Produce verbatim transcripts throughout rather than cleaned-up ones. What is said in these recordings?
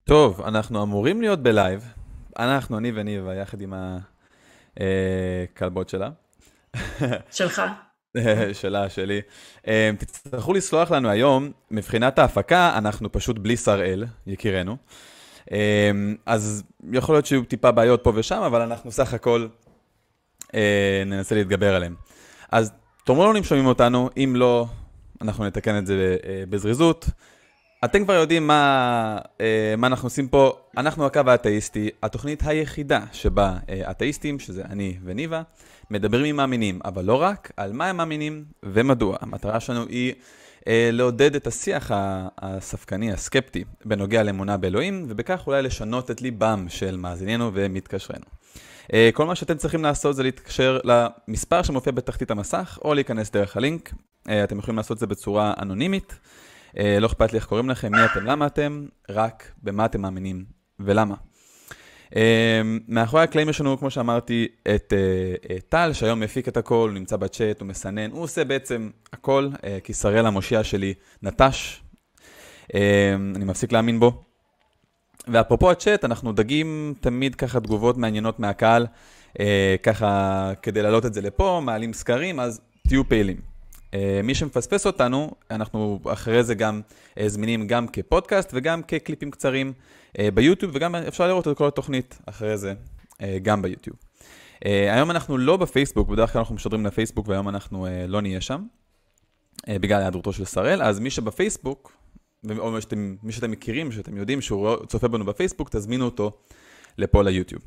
טוב, אנחנו אמורים להיות בלייב. אנחנו, אני וניבה, יחד עם הכלבות שלה. שלך. שלה, שלי. אה, תצטרכו לסלוח לנו היום, מבחינת ההפקה, אנחנו פשוט בלי שראל, יקירנו. אה, אז יכול להיות שיהיו טיפה בעיות פה ושם, אבל אנחנו סך הכל אה, ננסה להתגבר עליהם. אז תאמרו לנו אם שומעים אותנו, אם לא, אנחנו נתקן את זה אה, בזריזות. אתם כבר יודעים מה, אה, מה אנחנו עושים פה. אנחנו הקו האתאיסטי, התוכנית היחידה שבה אה, אתאיסטים, שזה אני וניבה, מדברים עם מאמינים, אבל לא רק, על מה הם מאמינים ומדוע. המטרה שלנו היא אה, לעודד את השיח ה- הספקני, הסקפטי, בנוגע לאמונה באלוהים, ובכך אולי לשנות את ליבם של מאזינינו ומתקשרנו. אה, כל מה שאתם צריכים לעשות זה להתקשר למספר שמופיע בתחתית המסך, או להיכנס דרך הלינק. אה, אתם יכולים לעשות את זה בצורה אנונימית. לא אכפת לי איך קוראים לכם, מי אתם, למה אתם, רק במה אתם מאמינים ולמה. מאחורי הקלעים יש לנו, כמו שאמרתי, את טל, שהיום מפיק את הכל, הוא נמצא בצ'אט, הוא מסנן, הוא עושה בעצם הכל, כי שראל המושיע שלי נטש, אני מפסיק להאמין בו. ואפרופו הצ'אט, אנחנו דגים תמיד ככה תגובות מעניינות מהקהל, ככה כדי להעלות את זה לפה, מעלים סקרים, אז תהיו פעילים. מי שמפספס אותנו, אנחנו אחרי זה גם זמינים גם כפודקאסט וגם כקליפים קצרים ביוטיוב, וגם אפשר לראות את כל התוכנית אחרי זה גם ביוטיוב. היום אנחנו לא בפייסבוק, בדרך כלל אנחנו משדרים לפייסבוק, והיום אנחנו לא נהיה שם, בגלל היעדרותו של שראל. אז מי שבפייסבוק, או מי שאתם, מי שאתם מכירים, שאתם יודעים שהוא צופה בנו בפייסבוק, תזמינו אותו לפה ליוטיוב.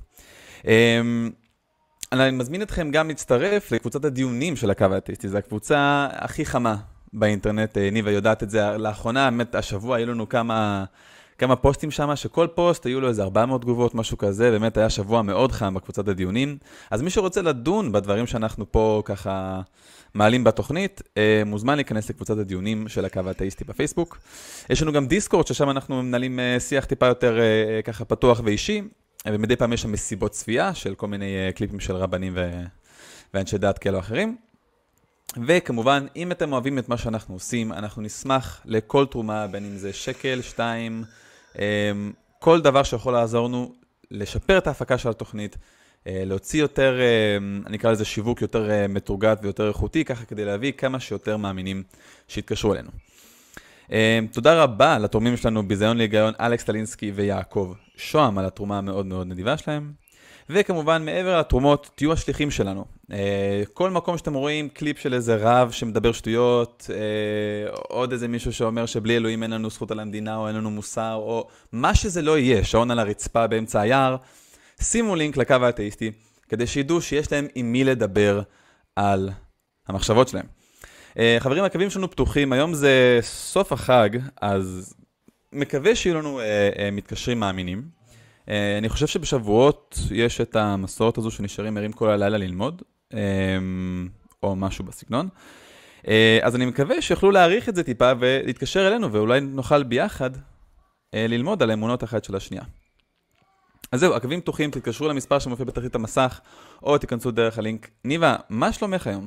אני מזמין אתכם גם להצטרף לקבוצת הדיונים של הקו האתאיסטי, זו הקבוצה הכי חמה באינטרנט, ניבה יודעת את זה. לאחרונה, באמת, השבוע היו לנו כמה, כמה פוסטים שם, שכל פוסט היו לו איזה ארבע מאות תגובות, משהו כזה, באמת היה שבוע מאוד חם בקבוצת הדיונים. אז מי שרוצה לדון בדברים שאנחנו פה ככה מעלים בתוכנית, מוזמן להיכנס לקבוצת הדיונים של הקו האתאיסטי בפייסבוק. יש לנו גם דיסקורד, ששם אנחנו מנהלים שיח טיפה יותר ככה פתוח ואישי, ומדי פעם יש שם מסיבות צפייה של כל מיני קליפים של רבנים ו... ואנשי דעת כאלו אחרים. וכמובן, אם אתם אוהבים את מה שאנחנו עושים, אנחנו נשמח לכל תרומה, בין אם זה שקל, שתיים, כל דבר שיכול לעזור לנו לשפר את ההפקה של התוכנית, להוציא יותר, אני אקרא לזה שיווק יותר מתורגת ויותר איכותי, ככה כדי להביא כמה שיותר מאמינים שיתקשרו אלינו. תודה רבה לתורמים שלנו ביזיון להיגיון, אלכס טלינסקי ויעקב שוהם, על התרומה המאוד מאוד נדיבה שלהם. וכמובן, מעבר לתרומות, תהיו השליחים שלנו. כל מקום שאתם רואים קליפ של איזה רב שמדבר שטויות, עוד איזה מישהו שאומר שבלי אלוהים אין לנו זכות על המדינה, או אין לנו מוסר, או מה שזה לא יהיה, שעון על הרצפה באמצע היער, שימו לינק לקו האתאיסטי, כדי שידעו שיש להם עם מי לדבר על המחשבות שלהם. חברים, הקווים שלנו פתוחים, היום זה סוף החג, אז מקווה שיהיו לנו מתקשרים מאמינים. אני חושב שבשבועות יש את המסורת הזו שנשארים ערים כל הלילה ללמוד, או משהו בסגנון. אז אני מקווה שיוכלו להעריך את זה טיפה ולהתקשר אלינו, ואולי נוכל ביחד ללמוד על האמונות אחת של השנייה. אז זהו, הקווים פתוחים, תתקשרו למספר שמופיע בתחתית המסך, או תיכנסו דרך הלינק. ניבה, מה שלומך היום?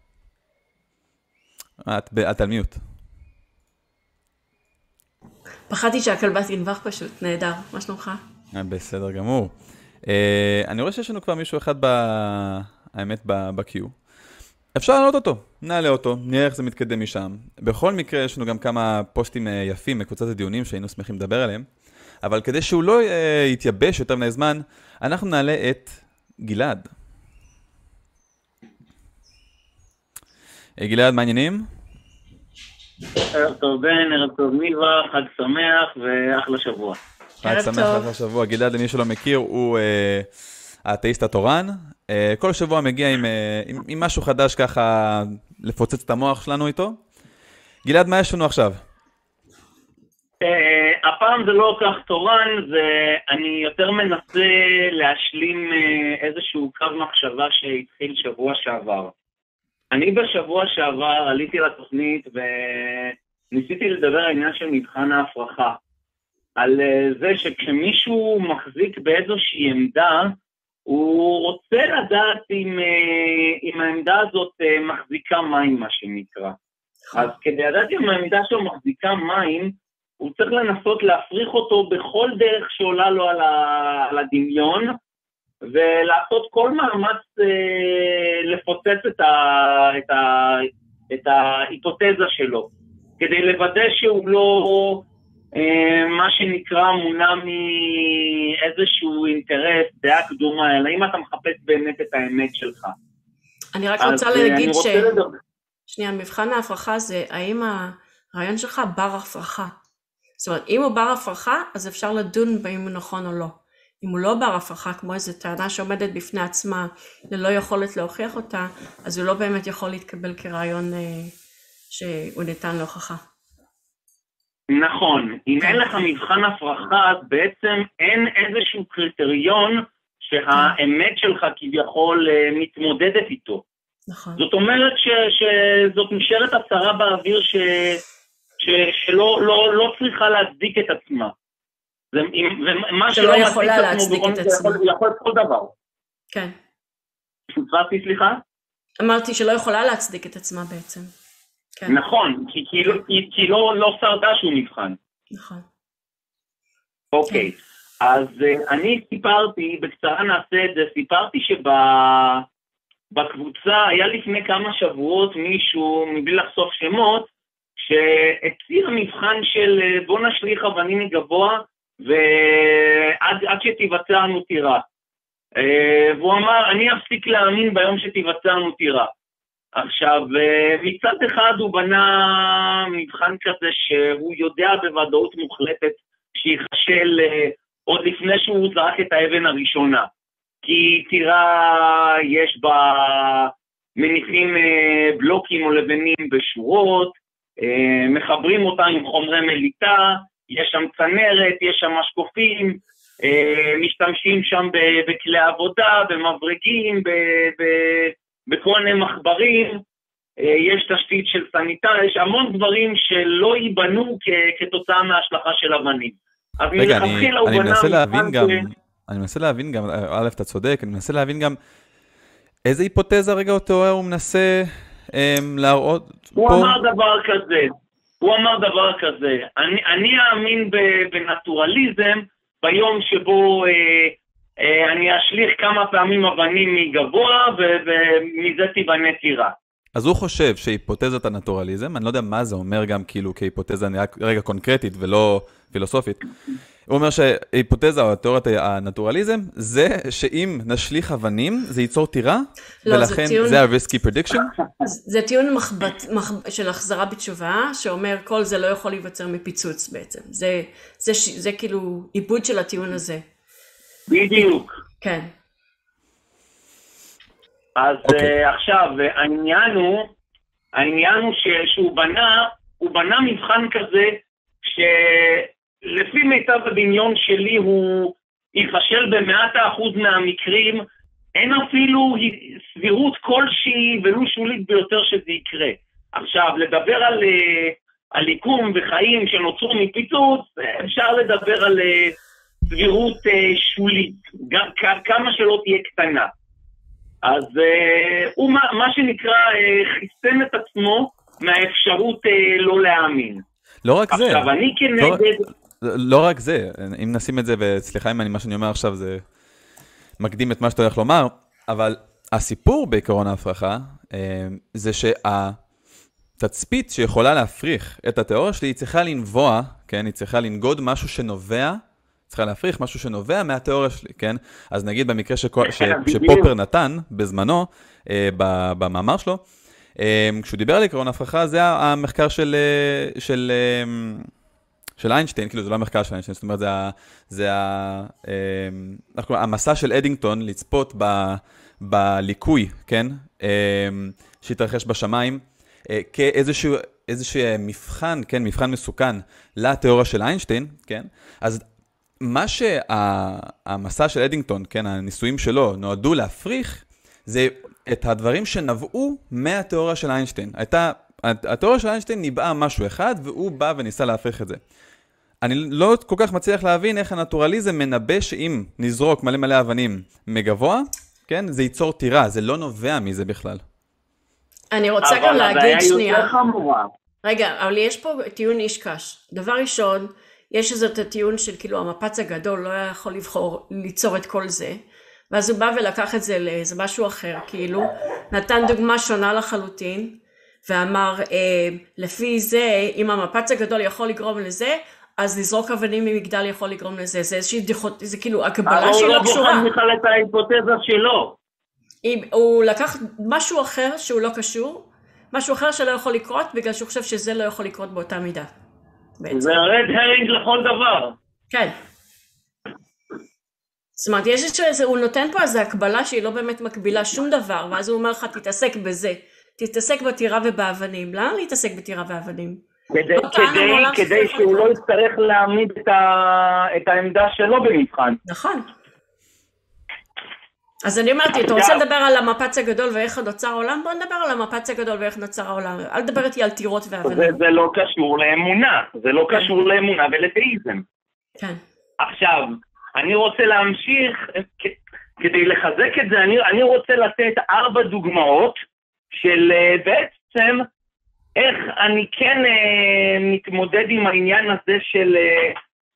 את, את על מיוט. פחדתי שהכלבה תנבח פשוט, נהדר, מה שלומך? בסדר גמור. אני רואה שיש לנו כבר מישהו אחד, האמת, ב-Q. אפשר לעלות אותו, נעלה אותו, נראה איך זה מתקדם משם. בכל מקרה, יש לנו גם כמה פוסטים יפים מקבוצת הדיונים שהיינו שמחים לדבר עליהם, אבל כדי שהוא לא יתייבש יותר מני זמן, אנחנו נעלה את גלעד. גלעד, מה העניינים? ערב טוב בן, ערב טוב ניבה, חג שמח ואחלה שבוע. חג שמח אחלה שבוע. גלעד, למי שלא מכיר, הוא אה, האתאיסט התורן. אה, כל שבוע מגיע עם, אה, עם, עם משהו חדש ככה לפוצץ את המוח שלנו איתו. גלעד, מה יש לנו עכשיו? Uh, הפעם זה לא כך תורן, ואני יותר מנסה להשלים uh, איזשהו קו מחשבה שהתחיל שבוע שעבר. אני בשבוע שעבר עליתי לתוכנית וניסיתי לדבר על העניין של מבחן ההפרחה. על uh, זה שכשמישהו מחזיק באיזושהי עמדה, הוא רוצה לדעת אם, uh, אם העמדה הזאת uh, מחזיקה מים, מה שנקרא. אז כדי לדעת אם העמדה שלו מחזיקה מים, הוא צריך לנסות להפריך אותו בכל דרך שעולה לו על, ה, על הדמיון, ולעשות כל מאמץ אה, לפוצץ את, ה, את, ה, את ההיפותזה שלו, כדי לוודא שהוא לא, אה, מה שנקרא, מונע מאיזשהו אינטרס, דעה קדומה, אלא אם אתה מחפש באמת את האמת שלך. אני רק רוצה להגיד ש... לדבר. שנייה, מבחן ההפרחה זה, האם הרעיון שלך בר הפרחה? זאת אומרת, אם הוא בר הפרחה, אז אפשר לדון באם הוא נכון או לא. אם הוא לא בר הפרחה, כמו איזו טענה שעומדת בפני עצמה, ללא יכולת להוכיח אותה, אז הוא לא באמת יכול להתקבל כרעיון אה, שהוא ניתן להוכחה. נכון. אם אין לך מבחן הפרחה, אז בעצם אין איזשהו קריטריון שהאמת שלך כביכול מתמודדת איתו. נכון. זאת אומרת ש, שזאת נשארת הצהרה באוויר ש, ש, שלא לא, לא צריכה להצדיק את עצמה. זה, ומה שלא יכולה להצדיק את עצמה. יכול, יכול כל דבר. כן. שותפתי, סליחה? אמרתי שלא יכולה להצדיק את עצמה בעצם. כן. נכון, כי, כי, כי, כי לא, לא שרדה שהוא מבחן. נכון. אוקיי. כן. אז uh, אני סיפרתי, בקצרה נעשה את זה, סיפרתי שבקבוצה היה לפני כמה שבועות מישהו, מבלי לחשוף שמות, שהציע מבחן של uh, בוא נשליך אבנים מגבוה, ועד עד שתיבצע לנו טירה. Uh, והוא אמר, אני אפסיק להאמין ביום שתיבצע לנו טירה. עכשיו, uh, מצד אחד הוא בנה מבחן כזה שהוא יודע בוודאות מוחלטת שיחשל uh, עוד לפני שהוא זרק את האבן הראשונה. כי טירה יש בה מניחים בלוקים או לבנים בשורות, מחברים אותם עם חומרי מליטה, יש שם צנרת, יש שם משקופים, משתמשים שם בכלי עבודה, במברגים, בכל מיני מחברים, יש תשתית של סניטר, יש המון דברים שלא ייבנו כתוצאה מההשלכה של אבנים. רגע, אני, אני מנסה להבין גם, אני מנסה להבין גם, א', אתה צודק, אני מנסה להבין גם איזה היפותזה רגע או תיאוריה הוא מנסה אמ, להראות הוא פה? הוא אמר דבר כזה, הוא אמר דבר כזה, אני, אני אאמין בנטורליזם ביום שבו אה, אה, אני אשליך כמה פעמים אבנים מגבוה ומזה תיבנה טירה. אז הוא חושב שהיפותזת הנטורליזם, אני לא יודע מה זה אומר גם כאילו כהיפותזה רגע קונקרטית ולא פילוסופית, הוא אומר שההיפותזה או התיאוריית הנטורליזם זה שאם נשליך אבנים זה ייצור טירה, לא, ולכן זה, טיעון... זה ה-risky prediction? זה טיעון מחבט, מח... של החזרה בתשובה, שאומר כל זה לא יכול להיווצר מפיצוץ בעצם. זה, זה, זה, זה כאילו עיבוד של הטיעון הזה. בדיוק. כן. אז okay. uh, עכשיו, העניין הוא, העניין הוא ש, שהוא בנה, הוא בנה מבחן כזה, שלפי מיטב הדמיון שלי הוא יפשל במאת האחוז מהמקרים, אין אפילו סבירות כלשהי ולו שולית ביותר שזה יקרה. עכשיו, לדבר על, על עיקום וחיים שנוצרו מפיצוץ, אפשר לדבר על סבירות שולית, גם, כמה שלא תהיה קטנה. אז uh, הוא מה, מה שנקרא uh, חיסן את עצמו מהאפשרות uh, לא להאמין. לא רק זה. עכשיו, אני כנגד... לא, לא רק זה, אם נשים את זה, וסליחה אם אני, מה שאני אומר עכשיו זה מקדים את מה שאתה הולך לומר, אבל הסיפור בעקרון ההפרחה uh, זה שהתצפית שיכולה להפריך את התיאוריה שלי, היא צריכה לנבוע, כן? היא צריכה לנגוד משהו שנובע, צריכה להפריך משהו שנובע מהתיאוריה שלי, כן? אז נגיד במקרה שכל, ש, שפופר נתן בזמנו, אה, במאמר שלו, אה, כשהוא דיבר על עקרון ההפרחה, זה המחקר של, אה, של, אה, של איינשטיין, כאילו זה לא המחקר של איינשטיין, זאת אומרת, זה, זה ה, אה, המסע של אדינגטון לצפות ב, בליקוי, כן? אה, שהתרחש בשמיים, אה, כאיזשהו איזשהו מבחן, כן? מבחן מסוכן לתיאוריה של איינשטיין, כן? אז מה שהמסע של אדינגטון, כן, הניסויים שלו, נועדו להפריך, זה את הדברים שנבעו מהתיאוריה של איינשטיין. הייתה, התיאוריה של איינשטיין ניבאה משהו אחד, והוא בא וניסה להפריך את זה. אני לא כל כך מצליח להבין איך הנטורליזם מנבא שאם נזרוק מלא מלא אבנים מגבוה, כן, זה ייצור טירה, זה לא נובע מזה בכלל. אני רוצה גם להגיד שנייה. אבל הבעיה יותר חמורה. רגע, אבל יש פה טיעון איש קש. דבר ראשון, יש איזה טיעון של כאילו המפץ הגדול לא יכול לבחור, ליצור את כל זה, ואז הוא בא ולקח את זה לאיזה משהו אחר, כאילו, נתן דוגמה שונה לחלוטין, ואמר, אה, לפי זה, אם המפץ הגדול יכול לגרום לזה, אז לזרוק אבנים ממגדל יכול לגרום לזה, זה איזושהי דיכות, זה כאילו הקבלה שלא לא קשורה. בוחן בכלל את ההיפותזה שלו. אם, הוא לקח משהו אחר שהוא לא קשור, משהו אחר שלא יכול לקרות, בגלל שהוא חושב שזה לא יכול לקרות באותה מידה. בעצם. זה רד הרינג לכל דבר. כן. זאת אומרת, יש איזה, הוא נותן פה איזו הקבלה שהיא לא באמת מקבילה שום דבר, ואז הוא אומר לך, תתעסק בזה, תתעסק בטירה ובאבנים. למה להתעסק בטירה ואבנים? כדי, כדי, כדי שהוא לא יצטרך להעמיד את, ה, את העמדה שלו במבחן. נכון. אז אני אמרתי, אתה רוצה לדבר על המפץ הגדול ואיך נוצר העולם? בוא נדבר על המפץ הגדול ואיך נוצר העולם. אל תדבר איתי על טירות ואבנים. זה, זה לא קשור לאמונה, זה לא קשור לאמונה ולתאיזם. כן. עכשיו, אני רוצה להמשיך, כדי לחזק את זה, אני, אני רוצה לתת ארבע דוגמאות של בעצם איך אני כן אה, מתמודד עם העניין הזה של... אה,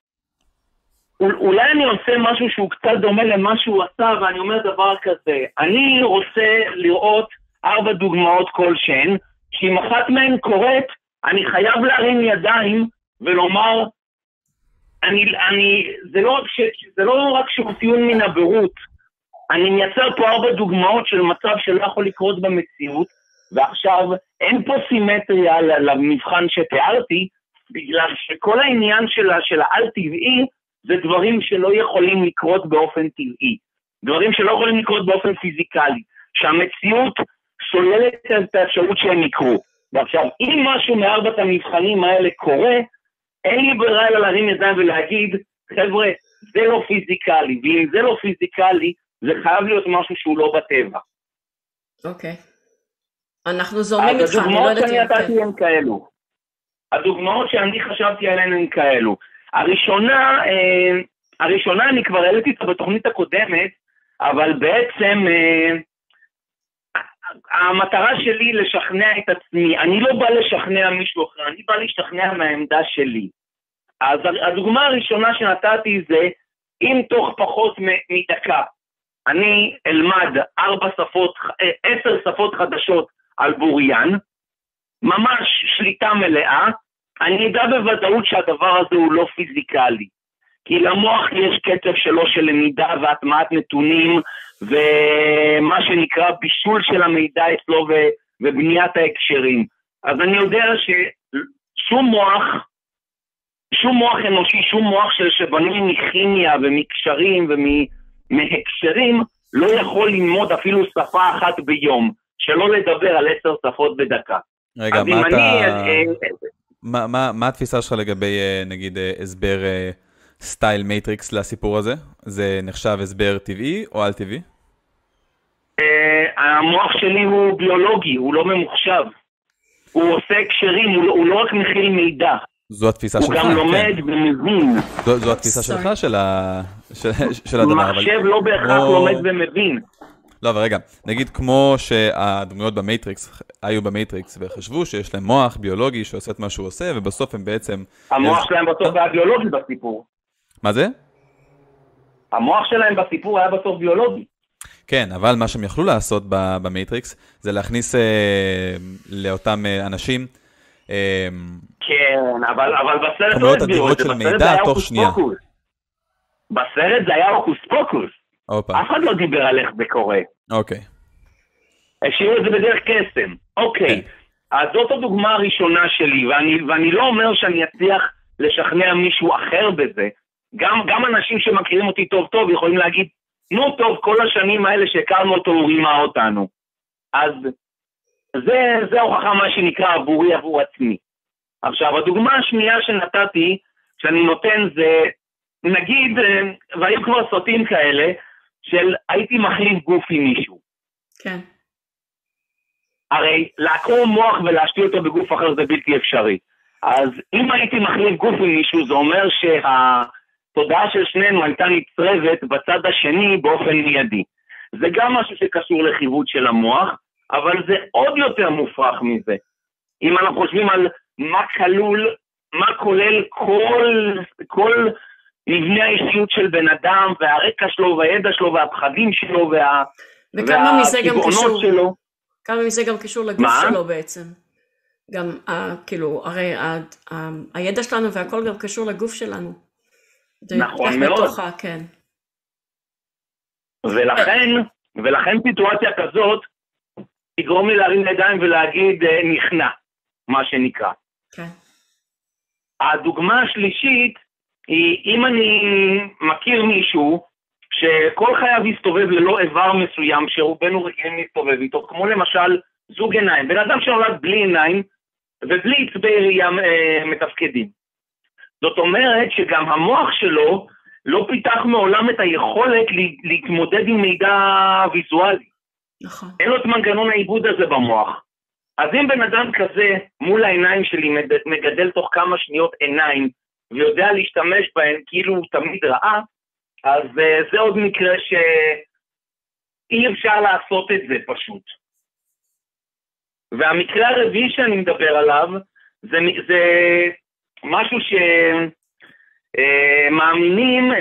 אולי אני עושה משהו שהוא קצת דומה למה שהוא עשה, ואני אומר דבר כזה, אני רוצה לראות ארבע דוגמאות כלשהן, שאם אחת מהן קורית, אני חייב להרים ידיים ולומר, אני, אני, זה לא רק, ש, זה לא רק שהוא טיעון מן הבירות, אני מייצר פה ארבע דוגמאות של מצב שלא יכול לקרות במציאות, ועכשיו אין פה סימטריה למבחן שתיארתי, בגלל שכל העניין שלה, של העל טבעי, זה דברים שלא יכולים לקרות באופן טבעי, דברים שלא יכולים לקרות באופן פיזיקלי, שהמציאות שוללת את האפשרות שהם יקרו. ועכשיו, אם משהו מארבעת המבחנים האלה קורה, אין לי ברירה אלא להרים ידיים ולהגיד, חבר'ה, זה לא פיזיקלי, ואם זה לא פיזיקלי, זה חייב להיות משהו שהוא לא בטבע. אוקיי. אנחנו זורמים איתך, אני לא יודעת... הדוגמאות שאני נתתי הן כאלו. הדוגמאות שאני חשבתי עליהן הן כאלו. הראשונה, אה, הראשונה אני כבר העליתי אותה בתוכנית הקודמת, אבל בעצם אה, המטרה שלי לשכנע את עצמי, אני לא בא לשכנע מישהו אחר, אני בא להשתכנע מהעמדה שלי. אז הדוגמה הראשונה שנתתי זה, אם תוך פחות מדקה, אני אלמד ארבע שפות, עשר שפות חדשות על בוריין, ממש שליטה מלאה, אני אדע בוודאות שהדבר הזה הוא לא פיזיקלי. כי למוח יש קצב שלו של למידה והטמעת נתונים, ומה שנקרא בישול של המידע אצלו ובניית ההקשרים. אז אני יודע ששום מוח, שום מוח אנושי, שום מוח של שבנוי מכימיה ומקשרים ומהקשרים, לא יכול ללמוד אפילו שפה אחת ביום, שלא לדבר על עשר שפות בדקה. רגע, מה אתה... מה, מה, מה התפיסה שלך לגבי, נגיד, הסבר סטייל מייטריקס לסיפור הזה? זה נחשב הסבר טבעי או על טבעי? המוח שלי הוא ביולוגי, הוא לא ממוחשב. הוא עושה הקשרים, הוא, הוא לא רק מכיל מידע. זו התפיסה הוא שלך, גם לומד כן. ומבין. זו, זו התפיסה שלך של, ה... של, של הדבר. מחשב אבל... לא בהכרח כמו... לומד ומבין. לא, אבל רגע, נגיד כמו שהדמויות במייטריקס היו במייטריקס וחשבו שיש להם מוח ביולוגי שעושה את מה שהוא עושה, ובסוף הם בעצם... המוח שלהם בסוף היה ביולוגי בסיפור. מה זה? המוח שלהם בסיפור היה בסוף ביולוגי. כן, אבל מה שהם יכלו לעשות במייטריקס זה להכניס אה, לאותם אה, אנשים... אה, כן, אבל, אבל בסרט כמויות אדירות של מידע תוך שנייה. בסרט זה היה הוקוס פוקוס. אף אחד לא דיבר על איך זה קורה. אוקיי. השאירו את זה בדרך קסם. אוקיי. אז זאת הדוגמה הראשונה שלי, ואני, ואני לא אומר שאני אצליח לשכנע מישהו אחר בזה. גם, גם אנשים שמכירים אותי טוב טוב יכולים להגיד, נו טוב, כל השנים האלה שהכרנו אותו הוא רימה אותנו. אז זה, זה הוכחה מה שנקרא עבורי עבור עצמי. עכשיו, הדוגמה השנייה שנתתי, שאני נותן זה, נגיד, והיו כבר סרטים כאלה, של הייתי מחליף גוף עם מישהו. כן. הרי לעקור מוח ולהשתיל אותו בגוף אחר זה בלתי אפשרי. אז אם הייתי מחליף גוף עם מישהו, זה אומר שהתודעה של שנינו הייתה נצרבת בצד השני באופן מיידי. זה גם משהו שקשור לחיווט של המוח, אבל זה עוד יותר מופרך מזה. אם אנחנו חושבים על מה כלול, מה כולל כל, כל מבנה האישיות של בן אדם, והרקע שלו, והידע שלו, והפחדים שלו, וה, וכמה מזה גם קשור, שלו. כמה מזה גם קשור לגוף מה? שלו בעצם. גם, uh, כאילו, הרי ה, ה, הידע שלנו והכל גם קשור לגוף שלנו. נכון מאוד. בתוכה, כן. ולכן, ולכן סיטואציה כזאת, תגרום לי להרים ידיים ולהגיד נכנע, מה שנקרא. כן. הדוגמה השלישית היא, אם אני מכיר מישהו שכל חייו יסתובב ללא איבר מסוים שרובנו רגילים להסתובב איתו, כמו למשל זוג עיניים, בן אדם שנולד בלי עיניים ובלי עצבי ראייה מתפקדים. זאת אומרת שגם המוח שלו לא פיתח מעולם את היכולת להתמודד עם מידע ויזואלי. נכון. אין לו את מנגנון העיבוד הזה במוח. אז אם בן אדם כזה מול העיניים שלי מגדל תוך כמה שניות עיניים ויודע להשתמש בהן כאילו הוא תמיד ראה, אז זה עוד מקרה שאי אפשר לעשות את זה פשוט. והמקרה הרביעי שאני מדבר עליו זה, זה משהו שמאמינים,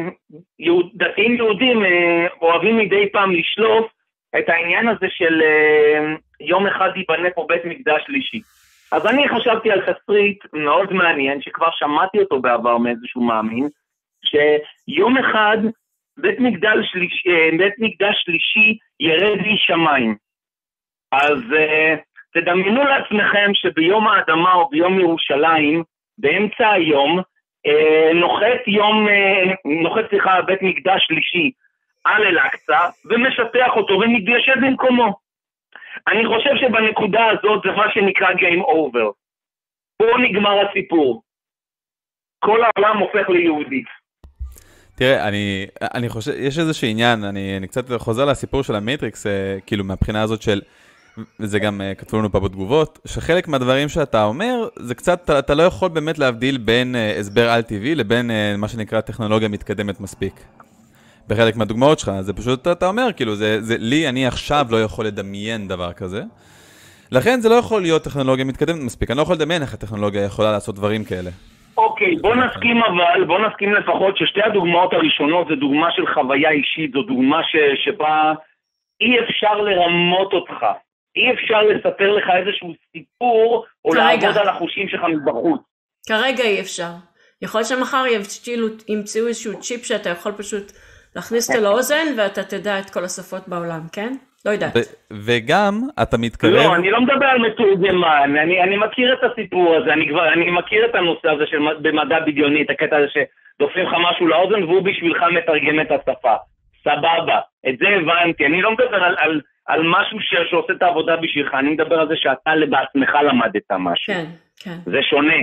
דתיים יהודים אוהבים מדי פעם לשלוף את העניין הזה של יום אחד ייבנה פה בית מקדש שלישי. אז אני חשבתי על תסריט מאוד מעניין, שכבר שמעתי אותו בעבר מאיזשהו מאמין, שיום אחד בית מקדש שלישי, בית מקדש שלישי ירד משמיים. אז תדמיינו לעצמכם שביום האדמה או ביום ירושלים, באמצע היום, נוחת יום, נוחת סליחה, בית מקדש שלישי על אל-אקצא, ומשטח אותו ומתיישב במקומו. אני חושב שבנקודה הזאת זה מה שנקרא game over. פה נגמר הסיפור. כל העולם הופך ליהודי. תראה, אני, אני חושב, יש איזשהו עניין, אני, אני קצת חוזר לסיפור של המטריקס, כאילו מהבחינה הזאת של, וזה גם כתבו לנו פה בתגובות, שחלק מהדברים שאתה אומר, זה קצת, אתה, אתה לא יכול באמת להבדיל בין הסבר על-טבעי לבין מה שנקרא טכנולוגיה מתקדמת מספיק. בחלק מהדוגמאות שלך, זה פשוט, אתה אומר, כאילו, זה, זה, לי, אני עכשיו לא יכול לדמיין דבר כזה. לכן זה לא יכול להיות טכנולוגיה מתקדמת מספיק. אני לא יכול לדמיין איך הטכנולוגיה יכולה לעשות דברים כאלה. אוקיי, בוא נסכים אבל, בוא נסכים לפחות ששתי הדוגמאות הראשונות זה דוגמה של חוויה אישית, זו דוגמה ש, שבה אי אפשר לרמות אותך. אי אפשר לספר לך איזשהו סיפור, או כרגע. לעבוד על החושים שלך מבחוץ. כרגע אי אפשר. יכול שמחר ימצאו איזשהו צ'יפ שאתה יכול פשוט להכניס אותו לאוזן, ואתה תדע את כל השפות בעולם, כן? לא יודעת. וגם, אתה מתקרב... לא, אני לא מדבר על מתורגמן, אני, אני מכיר את הסיפור הזה, אני כבר, אני מכיר את הנושא הזה של במדע בדיוני, את הקטע הזה שדופים לך משהו לאוזן, והוא בשבילך מתרגם את השפה. סבבה, את זה הבנתי, אני לא מדבר על, על, על משהו ש, שעושה את העבודה בשבילך, אני מדבר על זה שאתה בעצמך למדת משהו. כן, כן. זה שונה.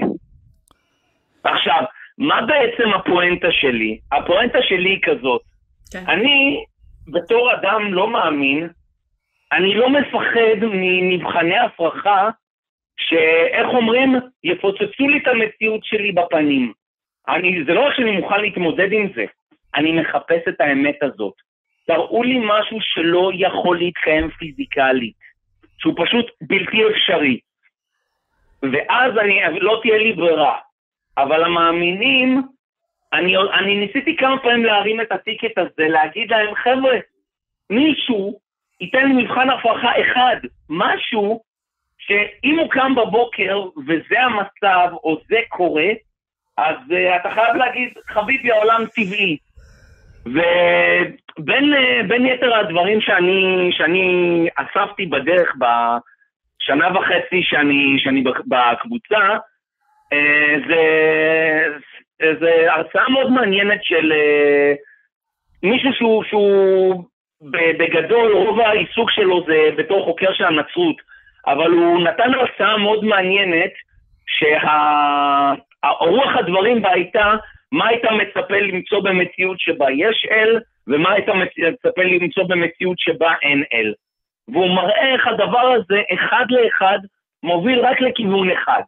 עכשיו, מה בעצם הפואנטה שלי? הפואנטה שלי היא כזאת. כן. אני, בתור אדם לא מאמין, אני לא מפחד ממבחני הפרחה, שאיך אומרים, יפוצצו לי את המציאות שלי בפנים. אני, זה לא רק שאני מוכן להתמודד עם זה, אני מחפש את האמת הזאת. תראו לי משהו שלא יכול להתקיים פיזיקלית, שהוא פשוט בלתי אפשרי. ואז אני, לא תהיה לי ברירה. אבל המאמינים, אני, אני ניסיתי כמה פעמים להרים את הטיקט הזה, להגיד להם, חבר'ה, מישהו ייתן לי מבחן הפרחה אחד, משהו שאם הוא קם בבוקר וזה המצב או זה קורה, אז uh, אתה חייב להגיד, חביבי, העולם טבעי. ובין uh, בין יתר הדברים שאני, שאני אספתי בדרך בשנה וחצי שאני, שאני בקבוצה, uh, זה, זה הרצאה מאוד מעניינת של uh, מישהו שהוא, שהוא בגדול, רוב העיסוק שלו זה בתור חוקר של הנצרות, אבל הוא נתן הרצאה מאוד מעניינת שהרוח הדברים בה הייתה מה היית מצפה למצוא במציאות שבה יש אל, ומה היית מצפה למצוא במציאות שבה אין אל. והוא מראה איך הדבר הזה אחד לאחד מוביל רק לכיוון אחד.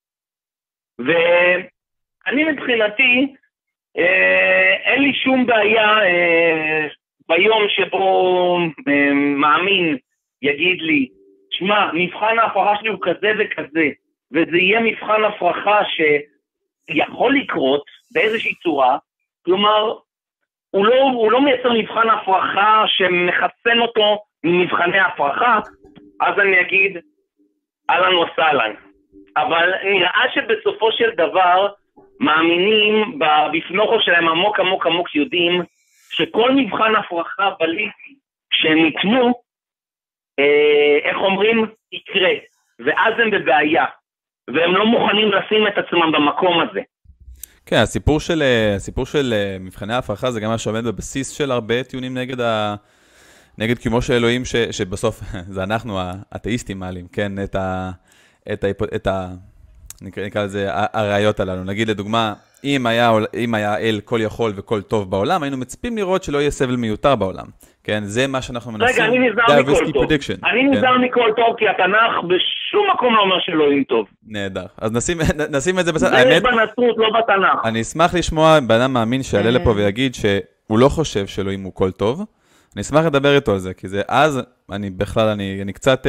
ואני מבחינתי אה, אין לי שום בעיה אה, ביום שבו אה, מאמין יגיד לי, שמע, מבחן ההפרחה שלי הוא כזה וכזה, וזה יהיה מבחן הפרחה שיכול לקרות באיזושהי צורה, כלומר, הוא לא, הוא לא מייצר מבחן הפרחה שמחסן אותו ממבחני הפרחה, אז אני אגיד, אהלן וסהלן. אבל נראה שבסופו של דבר, מאמינים בפנוכו שלהם עמוק עמוק עמוק יודעים, שכל מבחן הפרחה בליטי שהם יתנו, אה, איך אומרים, יקרה. ואז הם בבעיה. והם לא מוכנים לשים את עצמם במקום הזה. כן, הסיפור של, הסיפור של מבחני ההפרחה זה גם מה שעומד בבסיס של הרבה טיעונים נגד, ה, נגד קיומו של אלוהים, ש, שבסוף זה אנחנו האתאיסטים מעלים, כן, את ה... את ה, את ה נקרא, נקרא לזה, הראיות הללו. נגיד לדוגמה, אם היה, אם היה אל כל יכול וכל טוב בעולם, היינו מצפים לראות שלא יהיה סבל מיותר בעולם. כן, זה מה שאנחנו מנסים. רגע, אני נזהר מכל טוב. Prediction. אני נזהר כן? מכל טוב, כי התנ"ך בשום מקום לא אומר שאלוהים טוב. נהדר. אז נשים, נשים את זה בסדר. זה האמת, יש בנצרות, לא בתנ"ך. אני אשמח לשמוע בן אדם מאמין שיעלה לפה ויגיד שהוא לא חושב שאלוהים הוא כל טוב. אני אשמח לדבר איתו על זה, כי זה אז, אני בכלל, אני, אני קצת...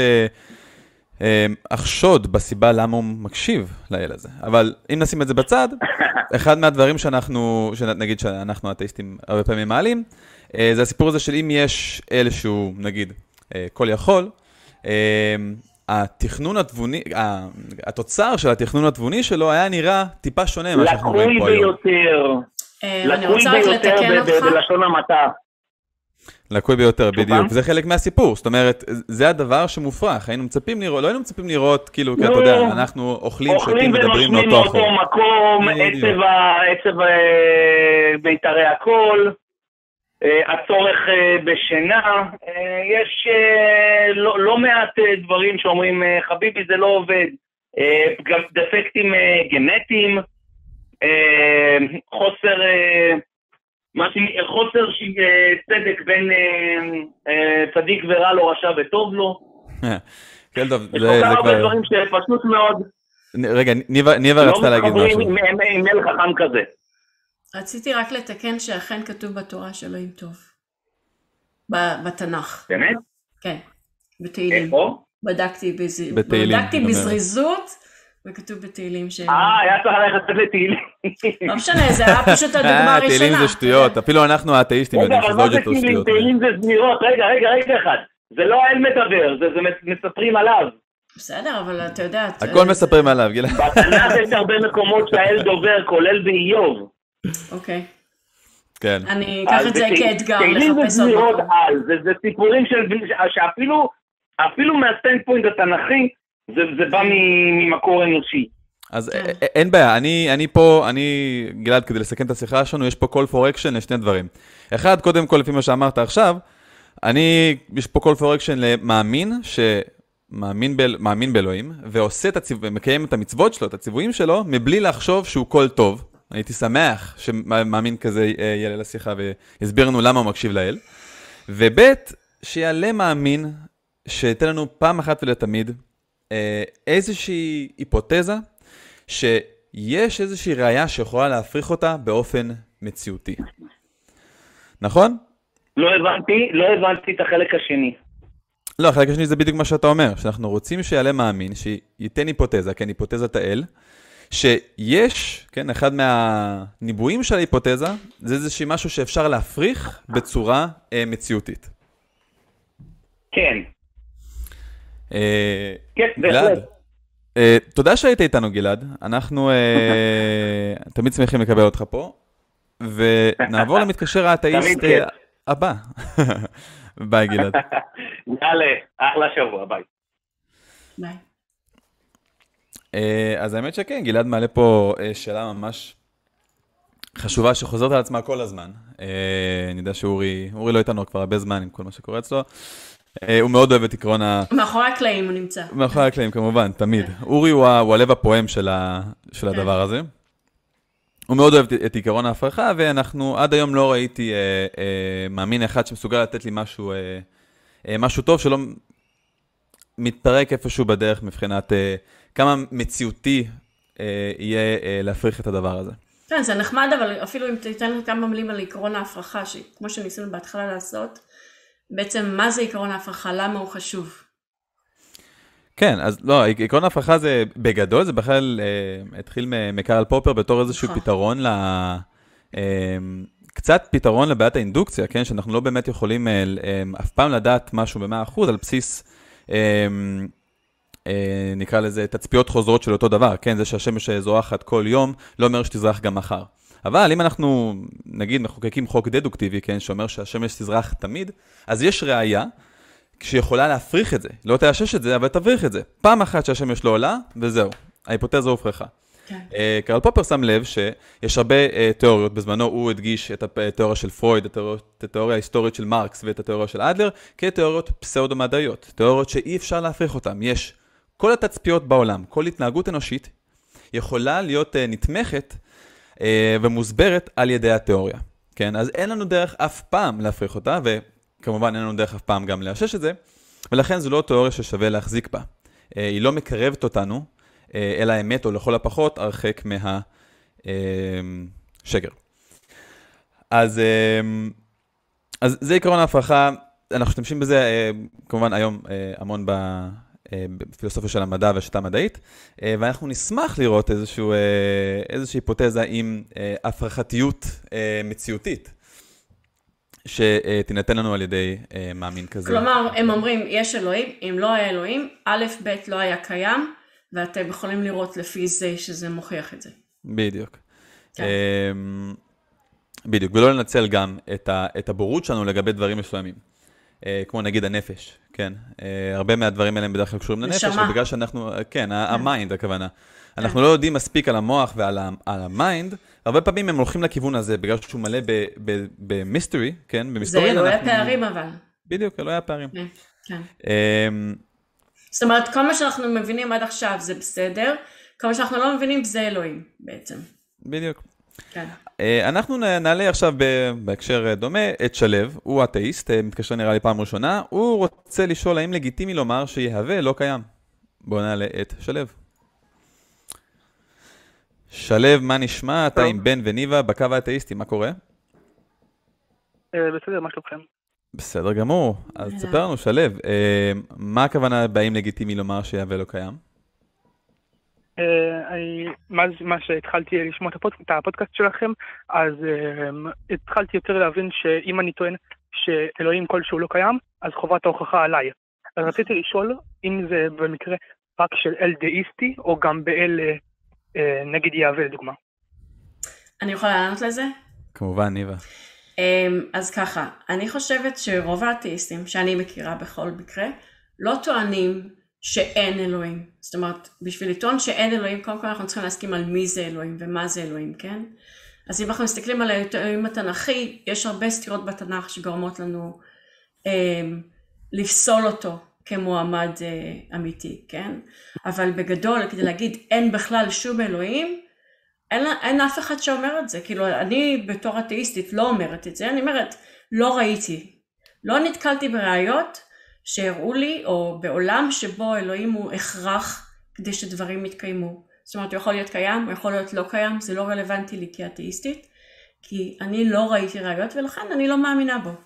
אחשוד בסיבה למה הוא מקשיב לאל הזה. אבל אם נשים את זה בצד, אחד מהדברים שאנחנו, נגיד שאנחנו האתאיסטים הרבה פעמים מעלים, זה הסיפור הזה של אם יש אל שהוא, נגיד, כל יכול, התכנון התבוני, התוצר של התכנון התבוני שלו היה נראה טיפה שונה ממה שאנחנו רואים פה היום. לקוי ביותר. לקוי ביותר בלשון המעטה. לקוי ביותר, בדיוק. זה חלק מהסיפור. זאת אומרת, זה הדבר שמופרח. היינו מצפים לראות, לא היינו מצפים לראות, כאילו, כי אתה יודע, אנחנו אוכלים, שותים ודברים מאותו אחור. אוכלים ונושמים מאותו מקום, עצב ביתרי הקול, הצורך בשינה. יש לא מעט דברים שאומרים, חביבי, זה לא עובד. גם דפקטים גנטיים, חוסר... חוסר צדק בין צדיק ורע לו, רשע וטוב לו. כן, טוב. יש כל כך הרבה דברים שפשוט מאוד. רגע, ניבה רצתה להגיד משהו. לא מתחברים עם אל חכם כזה. רציתי רק לתקן שאכן כתוב בתורה שאלוהים טוב. בתנ"ך. באמת? כן, בתהילים. איפה? בדקתי בזריזות. וכתוב בתהילים ש... אה, היה צריך ללכת לתהילים. לא משנה, זה היה פשוט הדוגמה הראשונה. תהילים זה שטויות, אפילו אנחנו האתאיסטים יודעים שזה עוד יותר שטויות. תהילים זה זמירות, רגע, רגע, רגע אחד. זה לא האל מדבר, זה מספרים עליו. בסדר, אבל אתה יודע... הכל מספרים עליו, גילה. בתנ"ך יש הרבה מקומות שהאל דובר, כולל באיוב. אוקיי. כן. אני אקח את זה כאתגר, לחפש עוד מקום. תהילים זה זמירות על, זה סיפורים שאפילו, אפילו מהסטנד פוינט התנ"כי, זה, זה בא ממקור אנושי. אז אין בעיה, אני, אני פה, אני, גלעד, כדי לסכם את השיחה שלנו, יש פה call for action לשני דברים. אחד, קודם כל, לפי מה שאמרת עכשיו, אני, יש פה call for action למאמין, שמאמין ב, מאמין באלוהים, ועושה את הציו, מקיים את המצוות שלו, את הציוויים שלו, מבלי לחשוב שהוא כל טוב. הייתי שמח שמאמין כזה יעלה לשיחה ויסביר לנו למה הוא מקשיב לאל. ובית, שיעלה מאמין, שייתן לנו פעם אחת ולתמיד, איזושהי היפותזה שיש איזושהי ראייה שיכולה להפריך אותה באופן מציאותי. נכון? לא הבנתי, לא הבנתי את החלק השני. לא, החלק השני זה בדיוק מה שאתה אומר, שאנחנו רוצים שיעלה מאמין, שייתן היפותזה, כן, היפותזת האל, שיש, כן, אחד מהניבויים של ההיפותזה, זה איזושהי משהו שאפשר להפריך בצורה אה, מציאותית. כן. גלעד, תודה שהיית איתנו גלעד, אנחנו תמיד שמחים לקבל אותך פה, ונעבור למתקשר האתאיסט הבא. ביי גלעד. יאללה, אחלה שבוע, ביי. ביי. אז האמת שכן, גלעד מעלה פה שאלה ממש חשובה שחוזרת על עצמה כל הזמן. אני יודע שאורי לא איתנו כבר הרבה זמן עם כל מה שקורה אצלו. הוא מאוד אוהב את עקרון ה... מאחורי הקלעים הוא נמצא. מאחורי הקלעים, כמובן, תמיד. אורי הוא הלב הפועם של הדבר הזה. הוא מאוד אוהב את עקרון ההפרחה, ואנחנו עד היום לא ראיתי מאמין אחד שמסוגל לתת לי משהו טוב, שלא מתפרק איפשהו בדרך מבחינת כמה מציאותי יהיה להפריך את הדבר הזה. כן, זה נחמד, אבל אפילו אם תיתן לנו כמה מילים על עקרון ההפרחה, שכמו שניסינו בהתחלה לעשות, בעצם מה זה עקרון ההפרחה? למה הוא חשוב? כן, אז לא, עקרון ההפרחה זה בגדול, זה בכלל אה, התחיל מקרל פופר בתור איזשהו פתרון ל... אה, קצת פתרון לבעיית האינדוקציה, כן? שאנחנו לא באמת יכולים אה, אה, אף פעם לדעת משהו ב-מאה אחוז על בסיס, אה, אה, נקרא לזה, תצפיות חוזרות של אותו דבר, כן? זה שהשמש זורחת כל יום, לא אומר שתזרח גם מחר. אבל אם אנחנו, נגיד, מחוקקים חוק דדוקטיבי, כן? שאומר שהשמש תזרח תמיד, אז יש ראייה, שיכולה להפריך את זה, לא תאשש את זה, אבל תבריך את זה. פעם אחת שהשמש לא עולה, וזהו. ההיפותזה הופרכה. כן. קרל פופר שם לב שיש הרבה תיאוריות, בזמנו הוא הדגיש את התיאוריה של פרויד, את התיאוריה ההיסטורית של מרקס ואת התיאוריה של אדלר, כתיאוריות פסאודו-מדעיות, תיאוריות שאי אפשר להפריך אותן. יש כל התצפיות בעולם, כל התנהגות אנושית, יכולה להיות נתמכת ומוסברת על ידי התיאוריה. כן? אז אין לנו דרך אף פעם להפריך אותה, ו... כמובן אין לנו דרך אף פעם גם לאשש את זה, ולכן זו לא תיאוריה ששווה להחזיק בה. היא לא מקרבת אותנו אל האמת, או לכל הפחות הרחק מהשגר. אז, אז זה עקרון ההפרחה, אנחנו משתמשים בזה כמובן היום המון בפילוסופיה של המדע והשיטה המדעית, ואנחנו נשמח לראות איזשהו, איזושהי היפותזה עם הפרחתיות מציאותית. שתינתן לנו על ידי מאמין כזה. כלומר, הם אומרים, יש אלוהים, אם לא היה אלוהים, א', ב' לא היה קיים, ואתם יכולים לראות לפי זה שזה מוכיח את זה. בדיוק. בדיוק, ולא לנצל גם את הבורות שלנו לגבי דברים מסוימים. כמו נגיד הנפש, כן. הרבה מהדברים האלה הם בדרך כלל קשורים לנפש, ובגלל שאנחנו, כן, המיינד הכוונה. אנחנו לא יודעים מספיק על המוח ועל המיינד, הרבה פעמים הם הולכים לכיוון הזה, בגלל שהוא מלא במיסטרי, כן, במסתוריה. זה אלוהי הפערים אבל. בדיוק, אלוהי הפערים. כן. זאת אומרת, כל מה שאנחנו מבינים עד עכשיו זה בסדר, כל מה שאנחנו לא מבינים זה אלוהים בעצם. בדיוק. כן. אנחנו נעלה עכשיו בהקשר דומה את שלב, הוא אתאיסט, מתקשר נראה לי פעם ראשונה, הוא רוצה לשאול האם לגיטימי לומר שיהווה לא קיים. בואו נעלה את שלב. שלב, מה נשמע? אתה עם בן וניבה בקו האתאיסטי, מה קורה? בסדר, מה שלומכם? בסדר גמור. אז תספר לנו, שלב, מה הכוונה באים לגיטימי לומר שיהווה לא קיים? מה שהתחלתי לשמוע את הפודקאסט שלכם, אז התחלתי יותר להבין שאם אני טוען שאלוהים כלשהו לא קיים, אז חובת ההוכחה עליי. אז רציתי לשאול אם זה במקרה רק של אל דאיסטי, או גם באל נגד יהווה לדוגמה. אני יכולה לענות לזה? כמובן, ניבה. אז ככה, אני חושבת שרוב האתאיסטים שאני מכירה בכל מקרה, לא טוענים שאין אלוהים. זאת אומרת, בשביל לטעון שאין אלוהים, קודם כל אנחנו צריכים להסכים על מי זה אלוהים ומה זה אלוהים, כן? אז אם אנחנו מסתכלים על האלוהים התנ"כי, יש הרבה סתירות בתנ"ך שגורמות לנו אה, לפסול אותו כמועמד אה, אמיתי, כן? אבל בגדול, כדי להגיד אין בכלל שום אלוהים, אין, אין אף אחד שאומר את זה. כאילו, אני בתור אתאיסטית לא אומרת את זה, אני אומרת, לא ראיתי. לא נתקלתי בראיות שהראו לי, או בעולם שבו אלוהים הוא הכרח כדי שדברים יתקיימו. זאת אומרת, הוא יכול להיות קיים, הוא יכול להיות לא קיים, זה לא רלוונטי לי כאתאיסטית, כי אני לא ראיתי ראיות, ולכן אני לא מאמינה בו.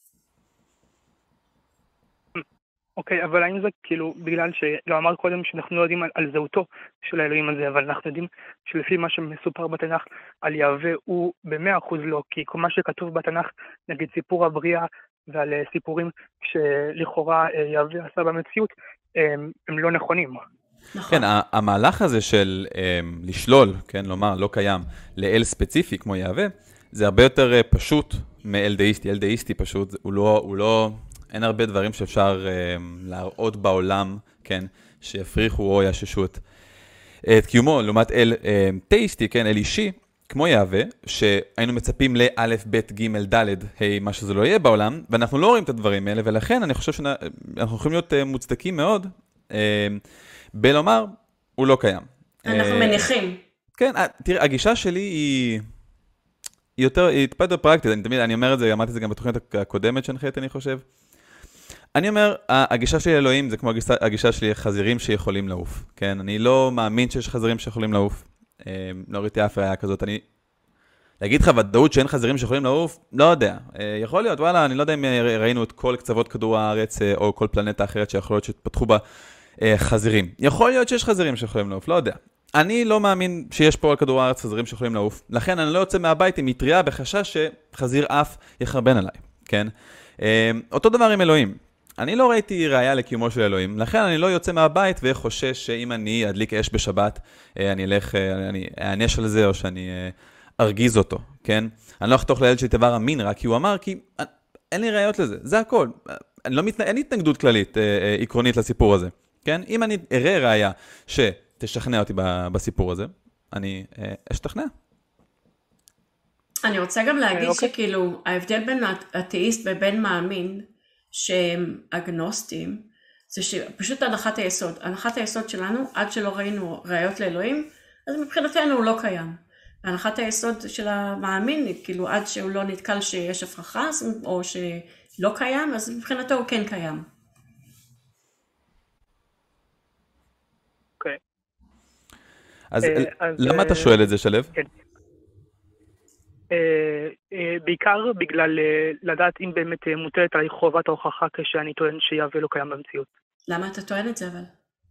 אוקיי, okay, אבל האם זה כאילו, בגלל שלא אמרת קודם שאנחנו לא יודעים על, על זהותו של האלוהים הזה, אבל אנחנו יודעים שלפי מה שמסופר בתנ"ך על יהווה הוא במאה אחוז לא, כי כל מה שכתוב בתנ"ך, נגיד סיפור הבריאה ועל סיפורים שלכאורה יהווה עשה במציאות, הם, הם לא נכונים. כן, המהלך הזה של um, לשלול, כן, לומר לא קיים, לאל ספציפי כמו יהווה, זה הרבה יותר uh, פשוט מאל דאיסטי. אל דאיסטי פשוט, הוא לא... הוא לא... אין הרבה דברים שאפשר uh, להראות בעולם, כן, שיפריחו או יששו את, את קיומו, לעומת אל uh, תאיסטי, כן, אל אישי, כמו יהווה, שהיינו מצפים לאלף, בית, ג' ד', היי, מה שזה לא יהיה בעולם, ואנחנו לא רואים את הדברים האלה, ולכן אני חושב שאנחנו יכולים להיות uh, מוצדקים מאוד, uh, בלומר, הוא לא קיים. אנחנו uh, מניחים. כן, תראה, הגישה שלי היא... היא יותר, היא טיפה יותר פרקטית, אני תמיד, אני אומר את זה, אמרתי את זה גם בתוכנית הקודמת שהנחית, אני חושב. אני אומר, הגישה שלי לאלוהים זה כמו הגישה, הגישה שלי לחזירים שיכולים לעוף, כן? אני לא מאמין שיש חזירים שיכולים לעוף, לא ראיתי אף ראיה כזאת, אני... להגיד לך ודאות שאין חזירים שיכולים לעוף? לא יודע. יכול להיות, וואלה, אני לא יודע אם ראינו את כל קצוות כדור הארץ, או כל פלנטה אחרת שיכול להיות שתפתחו בה אה, חזירים. יכול להיות שיש חזירים שיכולים לעוף, לא יודע. אני לא מאמין שיש פה על כדור הארץ חזירים שיכולים לעוף, לכן אני לא יוצא מהבית עם מטריה בחשש שחזיר אף יחרבן עליי, כן? אה, אותו דבר עם אלוהים. אני לא ראיתי ראיה לקיומו של אלוהים, לכן אני לא יוצא מהבית וחושש שאם אני אדליק אש בשבת, אני אלך, אני אענש על זה או שאני ארגיז אותו, כן? אני לא אחתוך לילד שלי דבר אמין רק כי הוא אמר, כי אין לי ראיות לזה, זה הכל. אני לא מת... אין לי התנגדות כללית, עקרונית לסיפור הזה, כן? אם אני אראה ראיה שתשכנע אותי בסיפור הזה, אני אשתכנע. אני רוצה גם להגיד שכאילו, ההבדל בין אתאיסט ובין מאמין, שהם אגנוסטים, זה שפשוט הנחת היסוד. הנחת היסוד שלנו, עד שלא ראינו ראיות לאלוהים, אז מבחינתנו הוא לא קיים. הנחת היסוד של המאמין, כאילו עד שהוא לא נתקל שיש הפרחה, או שלא קיים, אז מבחינתו הוא כן קיים. אוקיי. אז למה אתה שואל את זה, שלו? כן. בעיקר בגלל לדעת אם באמת מוטלת עליי חובת ההוכחה כשאני טוען שיהווה לא קיים במציאות. למה אתה טוען את זה אבל?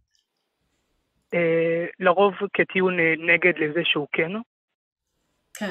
לרוב כטיעון נגד לזה שהוא כן. כן.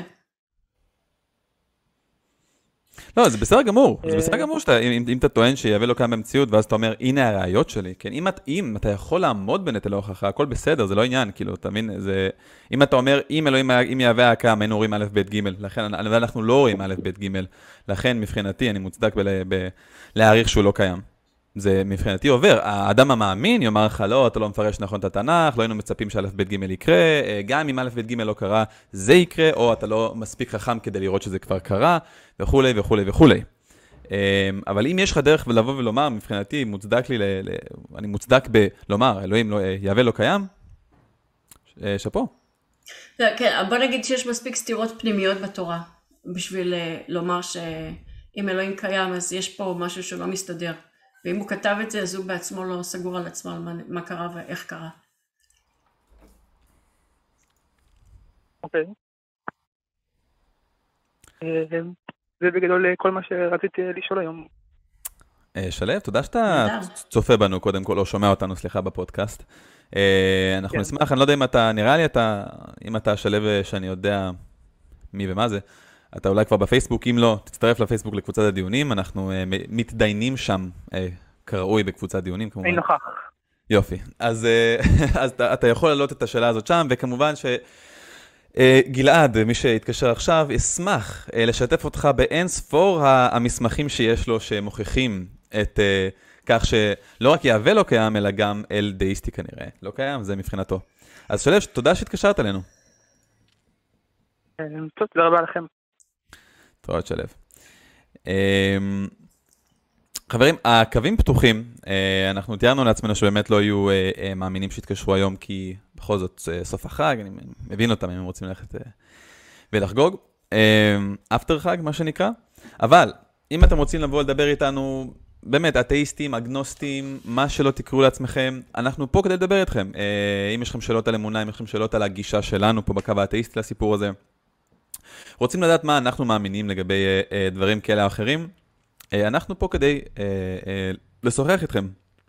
לא, זה בסדר גמור. זה בסדר גמור שאתה, אם, אם אתה טוען שיהווה לא קיים במציאות, ואז אתה אומר, הנה הראיות שלי, כן? אם, אם אתה יכול לעמוד בנטל ההוכחה, הכל בסדר, זה לא עניין, כאילו, אתה מבין? זה, אם אתה אומר, אם אלוהים, אם יהווה הקיים, היינו רואים א', ב', ג', לכן, אנחנו לא רואים א', ב', ג', לכן, מבחינתי, אני מוצדק בלהעריך שהוא לא קיים. זה מבחינתי עובר. האדם המאמין יאמר לך, לא, אתה לא מפרש נכון את התנ"ך, לא היינו מצפים שא' ב' ג' יקרה, גם אם א' ב' ג' לא קרה, זה יקרה, או אתה לא מספיק חכם כדי לראות שזה כבר קרה, וכו' וכו' וכו'. אבל אם יש לך דרך לבוא ולומר, מבחינתי, מוצדק לי, אני מוצדק בלומר, אלוהים יהווה לא קיים, שפו. כן, בוא נגיד שיש מספיק סתירות פנימיות בתורה, בשביל לומר שאם אלוהים קיים, אז יש פה משהו שלא מסתדר. ואם הוא כתב את זה, אז הוא בעצמו לא סגור על עצמו על מה, מה קרה ואיך קרה. אוקיי. זה בגדול כל מה שרציתי לשאול היום. שלו, תודה שאתה צופה בנו קודם כל, או שומע אותנו, סליחה, בפודקאסט. אנחנו נשמח, אני לא יודע אם אתה, נראה לי אתה, אם אתה שלו שאני יודע מי ומה זה, אתה אולי כבר בפייסבוק, אם לא, תצטרף לפייסבוק לקבוצת הדיונים, אנחנו uh, מתדיינים שם uh, כראוי בקבוצת דיונים, כמובן. אני נוכח. יופי. אז, uh, אז אתה, אתה יכול להעלות את השאלה הזאת שם, וכמובן שגלעד, uh, מי שהתקשר עכשיו, ישמח uh, לשתף אותך באין ספור המסמכים שיש לו, שמוכיחים את uh, כך שלא רק יהווה לא קיים, אלא גם אל דאיסטי כנראה. לא קיים, זה מבחינתו. אז שלו, תודה שהתקשרת אלינו. טוב, תודה רבה לכם. תודה שלו. חברים, הקווים פתוחים, אנחנו תיארנו לעצמנו שבאמת לא יהיו מאמינים שהתקשרו היום, כי בכל זאת סוף החג, אני מבין אותם אם הם רוצים ללכת ולחגוג. אפטר חג, מה שנקרא. אבל, אם אתם רוצים לבוא לדבר איתנו, באמת, אתאיסטים, אגנוסטים, מה שלא תקראו לעצמכם, אנחנו פה כדי לדבר איתכם. אם יש לכם שאלות על אמונה, אם יש לכם שאלות על הגישה שלנו פה בקו האתאיסטי לסיפור הזה, רוצים לדעת מה אנחנו מאמינים לגבי אה, דברים כאלה או אחרים, אה, אנחנו פה כדי אה, אה, לשוחח איתכם.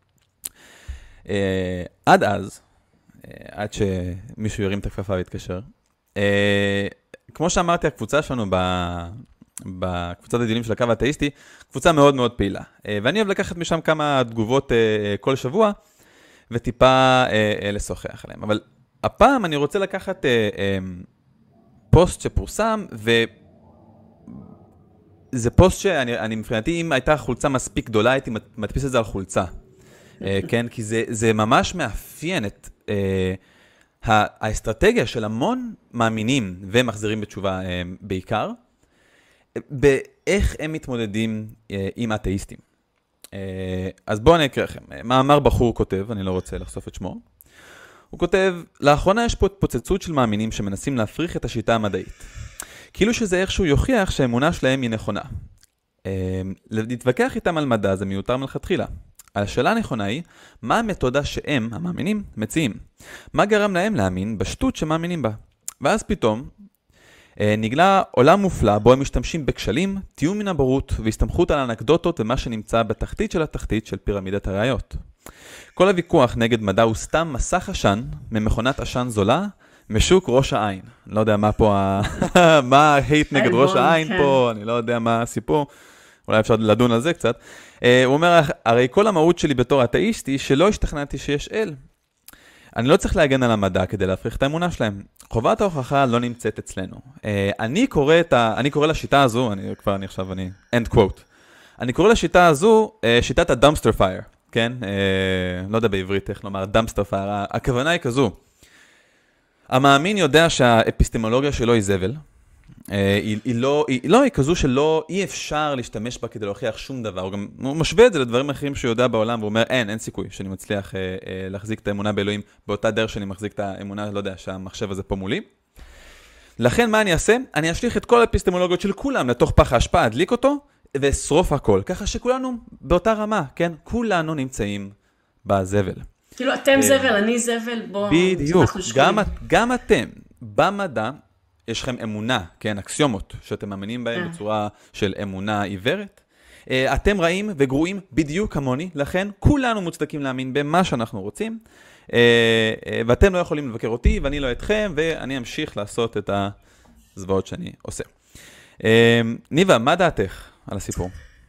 אה, עד אז, אה, עד שמישהו ירים את הכפפה ויתקשר, אה, כמו שאמרתי, הקבוצה שלנו ב, בקבוצת הדיונים של הקו האתאיסטי, קבוצה מאוד מאוד פעילה. אה, ואני אוהב לקחת משם כמה תגובות אה, כל שבוע, וטיפה אה, אה, לשוחח עליהם. אבל הפעם אני רוצה לקחת... אה, אה, פוסט שפורסם, וזה פוסט שאני, אני מבחינתי, אם הייתה חולצה מספיק גדולה, הייתי מדפיס את זה על חולצה. כן? כי זה, זה ממש מאפיין את uh, האסטרטגיה של המון מאמינים ומחזירים בתשובה uh, בעיקר, באיך הם מתמודדים uh, עם אתאיסטים. Uh, אז בואו אני אקרא לכם. מאמר בחור כותב, אני לא רוצה לחשוף את שמו, הוא כותב, לאחרונה יש פה התפוצצות של מאמינים שמנסים להפריך את השיטה המדעית. כאילו שזה איכשהו יוכיח שהאמונה שלהם היא נכונה. להתווכח איתם על מדע זה מיותר מלכתחילה. השאלה הנכונה היא, מה המתודה שהם, המאמינים, מציעים? מה גרם להם להאמין בשטות שמאמינים בה? ואז פתאום נגלה עולם מופלא בו הם משתמשים בכשלים, תיאום מן הבורות והסתמכות על אנקדוטות ומה שנמצא בתחתית של התחתית של פירמידת הראיות. כל הוויכוח נגד מדע הוא סתם מסך עשן ממכונת עשן זולה, משוק ראש העין. אני לא יודע מה פה, ה... מה ההייט נגד ראש העין פה, אני לא יודע מה הסיפור, אולי אפשר לדון על זה קצת. הוא אומר, הרי כל המהות שלי בתור אתאיסט היא שלא השתכנעתי שיש אל. אני לא צריך להגן על המדע כדי להפריך את האמונה שלהם. חובת ההוכחה לא נמצאת אצלנו. אני קורא, את ה... אני קורא לשיטה הזו, אני כבר אני עכשיו, אני end quote. אני קורא לשיטה הזו שיטת ה-dumpster fire, כן? לא יודע בעברית איך לומר, dumpster fire. הכוונה היא כזו. המאמין יודע שהאפיסטמולוגיה שלו היא זבל. היא, היא, לא, היא, לא, היא כזו שלא, אי אפשר להשתמש בה כדי להוכיח שום דבר. הוא גם הוא משווה את זה לדברים אחרים שהוא יודע בעולם, והוא אומר, אין, אין סיכוי שאני מצליח אה, אה, להחזיק את האמונה באלוהים באותה דרך שאני מחזיק את האמונה, לא יודע, שהמחשב הזה פה מולי. לכן מה אני אעשה? אני אשליך את כל האפיסטמולוגיות של כולם לתוך פח ההשפעה, אדליק אותו, ואשרוף הכל. ככה שכולנו באותה רמה, כן? כולנו נמצאים בזבל. כאילו, אתם זבל, אני זבל, בוא... בדיוק, גם, גם אתם, במדע, יש לכם אמונה, כן, אקסיומות, שאתם מאמינים בהם בצורה של אמונה עיוורת. אתם רעים וגרועים בדיוק כמוני, לכן כולנו מוצדקים להאמין במה שאנחנו רוצים, ואתם לא יכולים לבקר אותי, ואני לא אתכם, ואני אמשיך לעשות את הזוועות שאני עושה. ניבה, מה דעתך על הסיפור?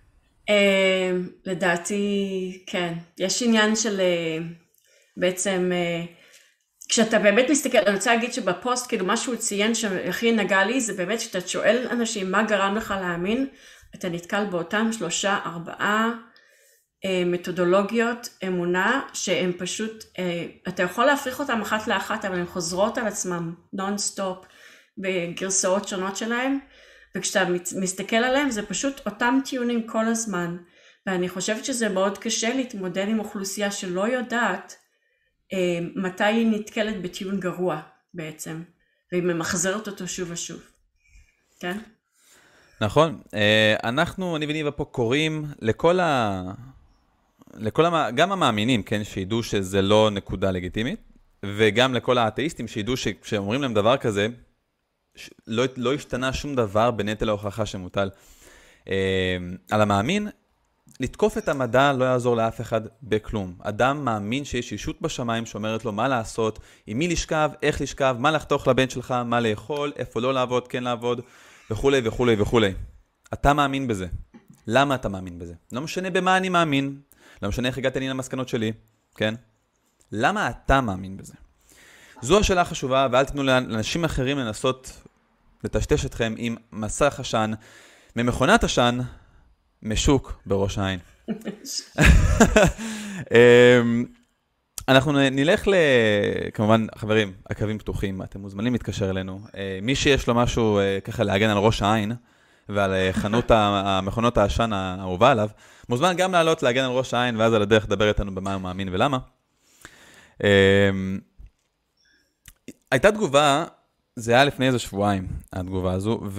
לדעתי, כן. יש עניין של בעצם... כשאתה באמת מסתכל, אני רוצה להגיד שבפוסט, כאילו מה שהוא ציין שהכי נגע לי, זה באמת שאתה שואל אנשים מה גרם לך להאמין, אתה נתקל באותם שלושה, ארבעה אה, מתודולוגיות אמונה, שהן פשוט, אה, אתה יכול להפריך אותן אחת לאחת, אבל הן חוזרות על עצמם, נון-סטופ, בגרסאות שונות שלהם, וכשאתה מסתכל עליהם, זה פשוט אותם טיעונים כל הזמן, ואני חושבת שזה מאוד קשה להתמודד עם אוכלוסייה שלא יודעת, מתי היא נתקלת בטיעון גרוע בעצם, והיא ממחזרת אותו שוב ושוב. כן? נכון. אנחנו, אני וניבה פה קוראים לכל ה... לכל ה... גם המאמינים, כן, שידעו שזה לא נקודה לגיטימית, וגם לכל האתאיסטים שידעו שכשאומרים להם דבר כזה, לא, לא השתנה שום דבר בנטל ההוכחה שמוטל על המאמין, לתקוף את המדע לא יעזור לאף אחד בכלום. אדם מאמין שיש ישות בשמיים שאומרת לו מה לעשות, עם מי לשכב, איך לשכב, מה לחתוך לבן שלך, מה לאכול, איפה לא לעבוד, כן לעבוד, וכו' וכו' וכו'. אתה מאמין בזה. למה אתה מאמין בזה? לא משנה במה אני מאמין, לא משנה איך הגעתי אני למסקנות שלי, כן? למה אתה מאמין בזה? זו השאלה החשובה, ואל תיתנו לאנשים אחרים לנסות לטשטש אתכם עם מסך עשן, ממכונת עשן, משוק בראש העין. אנחנו נלך ל... כמובן, חברים, הקווים פתוחים, אתם מוזמנים להתקשר אלינו. מי שיש לו משהו ככה להגן על ראש העין, ועל חנות המכונות העשן האהובה עליו, מוזמן גם לעלות להגן על ראש העין, ואז על הדרך לדבר איתנו במה הוא מאמין ולמה. הייתה תגובה, זה היה לפני איזה שבועיים, התגובה הזו, ו...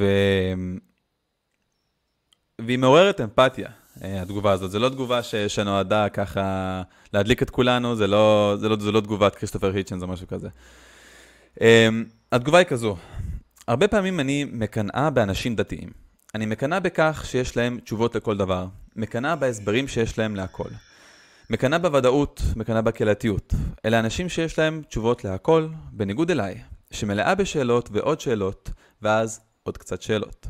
והיא מעוררת אמפתיה, התגובה הזאת. זו לא תגובה ש... שנועדה ככה להדליק את כולנו, זה לא, זה לא, זה לא תגובת כריסטופר היצ'נס או משהו כזה. התגובה היא כזו, הרבה פעמים אני מקנאה באנשים דתיים. אני מקנאה בכך שיש להם תשובות לכל דבר. מקנאה בהסברים שיש להם להכל. מקנאה בוודאות, מקנאה בקהילתיות. אלה אנשים שיש להם תשובות להכל, בניגוד אליי, שמלאה בשאלות ועוד שאלות, ואז עוד קצת שאלות.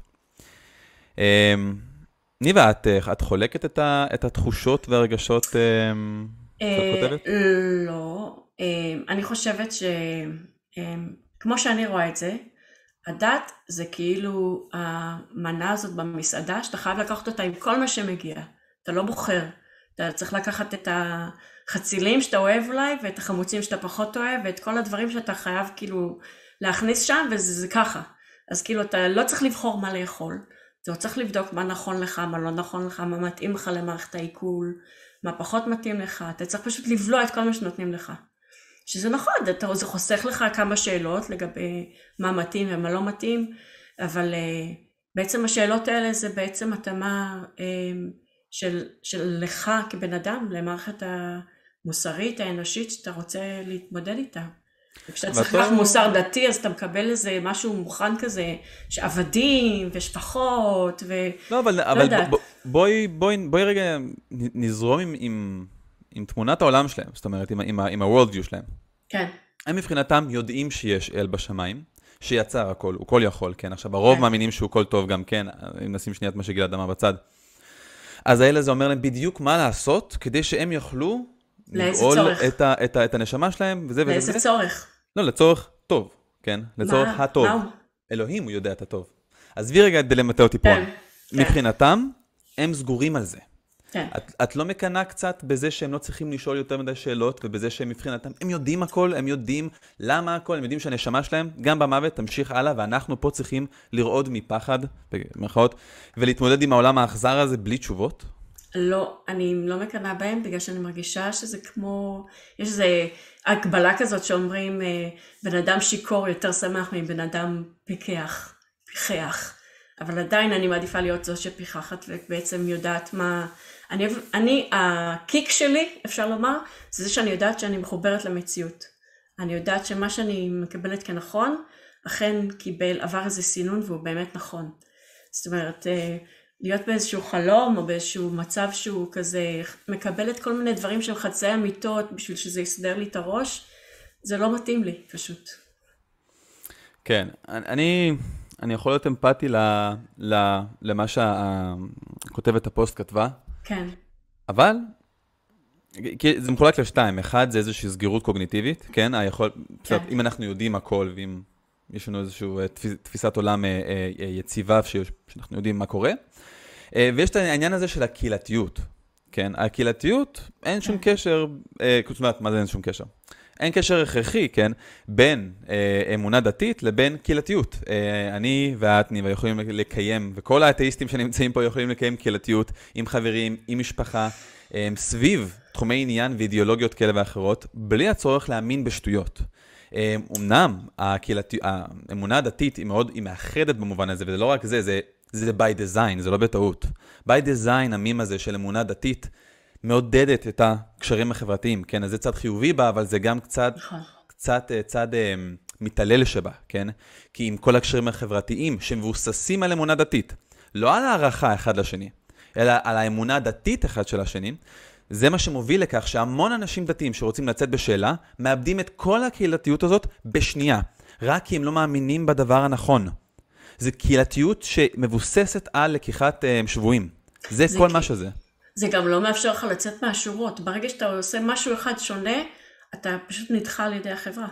ניבה, את, את חולקת את, ה, את התחושות והרגשות שאת כותבת? לא. אני חושבת שכמו שאני רואה את זה, הדת זה כאילו המנה הזאת במסעדה, שאתה חייב לקחת אותה עם כל מה שמגיע. אתה לא בוחר. אתה צריך לקחת את החצילים שאתה אוהב אולי, ואת החמוצים שאתה פחות אוהב, ואת כל הדברים שאתה חייב כאילו להכניס שם, וזה זה ככה. אז כאילו אתה לא צריך לבחור מה לאכול. אתה צריך לבדוק מה נכון לך, מה לא נכון לך, מה מתאים לך למערכת העיכול, מה פחות מתאים לך. אתה צריך פשוט לבלוע את כל מה שנותנים לך. שזה נכון, אתה, זה חוסך לך כמה שאלות לגבי מה מתאים ומה לא מתאים, אבל uh, בעצם השאלות האלה זה בעצם התאמה uh, של, של לך כבן אדם, למערכת המוסרית, האנושית, שאתה רוצה להתמודד איתה. וכשאתה צריך לך מוסר דתי, אז אתה מקבל איזה משהו מוכן כזה, שעבדים ושפחות, ו... לא, אבל, אבל ב, ב, בואי, בואי, בואי רגע נזרום עם, עם, עם תמונת העולם שלהם, זאת אומרת, עם, עם, עם ה-world view שלהם. כן. הם מבחינתם יודעים שיש אל בשמיים, שיצר הכל, הוא כל יכול, כן? עכשיו, הרוב כן. מאמינים שהוא כל טוב גם כן, אם נשים שנייה את מה שגלעד אמר בצד. אז האל הזה אומר להם בדיוק מה לעשות, כדי שהם יוכלו לגאול את, ה, את, ה, את הנשמה שלהם, וזה וזה. לאיזה צורך? לא, לצורך טוב, כן? לצורך מה? הטוב. מה הוא? אלוהים, הוא יודע את הטוב. עזבי רגע את דילמת אותי כן, פה. כן. מבחינתם, הם סגורים על זה. כן. את, את לא מקנה קצת בזה שהם לא צריכים לשאול יותר מדי שאלות, ובזה שהם מבחינתם, הם יודעים הכל, הם יודעים למה הכל, הם יודעים שהנשמה שלהם, גם במוות, תמשיך הלאה, ואנחנו פה צריכים לרעוד מפחד, במרכאות, ולהתמודד עם העולם האכזר הזה בלי תשובות? לא, אני לא מקנה בהם, בגלל שאני מרגישה שזה כמו, יש איזו הקבלה כזאת שאומרים, בן אדם שיקור יותר שמח מבן אדם פיקח, פיחח. אבל עדיין אני מעדיפה להיות זו שפיחחת ובעצם יודעת מה, אני, אני, הקיק שלי, אפשר לומר, זה זה שאני יודעת שאני מחוברת למציאות. אני יודעת שמה שאני מקבלת כנכון, אכן קיבל, עבר איזה סינון והוא באמת נכון. זאת אומרת, להיות באיזשהו חלום או באיזשהו מצב שהוא כזה, מקבל את כל מיני דברים שהם חצאי אמיתות בשביל שזה יסדר לי את הראש, זה לא מתאים לי פשוט. כן, אני... אני יכול להיות אמפתי ל, ל, למה שהכותבת הפוסט כתבה. כן. אבל, כי זה מחולק לשתיים. אחד, זה איזושהי סגירות קוגניטיבית, כן? היכול, כן. בסדר, אם אנחנו יודעים הכל, ואם יש לנו איזושהי תפיס, תפיסת עולם יציבה, שאנחנו יודעים מה קורה. ויש את העניין הזה של הקהילתיות, כן? הקהילתיות, אין שום כן. קשר, זאת אומרת, מה זה אין שום קשר? אין קשר הכרחי, כן, בין אה, אמונה דתית לבין קהילתיות. אה, אני ואת, ניבה, יכולים לקיים, וכל האתאיסטים שנמצאים פה יכולים לקיים קהילתיות עם חברים, עם משפחה, אה, סביב תחומי עניין ואידיאולוגיות כאלה ואחרות, בלי הצורך להאמין בשטויות. אה, אמנם הקהילתי, האמונה הדתית היא מאוד, היא מאחדת במובן הזה, וזה לא רק זה, זה, זה by design, זה לא בטעות. by design, המים הזה של אמונה דתית, מעודדת את הקשרים החברתיים, כן? אז זה צד חיובי בה, אבל זה גם קצת, קצת צד מתעלל שבה, כן? כי עם כל הקשרים החברתיים שמבוססים על אמונה דתית, לא על הערכה אחד לשני, אלא על האמונה הדתית אחד של השני, זה מה שמוביל לכך שהמון אנשים דתיים שרוצים לצאת בשאלה, מאבדים את כל הקהילתיות הזאת בשנייה, רק כי הם לא מאמינים בדבר הנכון. זה קהילתיות שמבוססת על לקיחת שבויים. זה, זה כל כי... מה שזה. זה גם לא מאפשר לך לצאת מהשורות. ברגע שאתה עושה משהו אחד שונה, אתה פשוט נדחה על ידי החברה.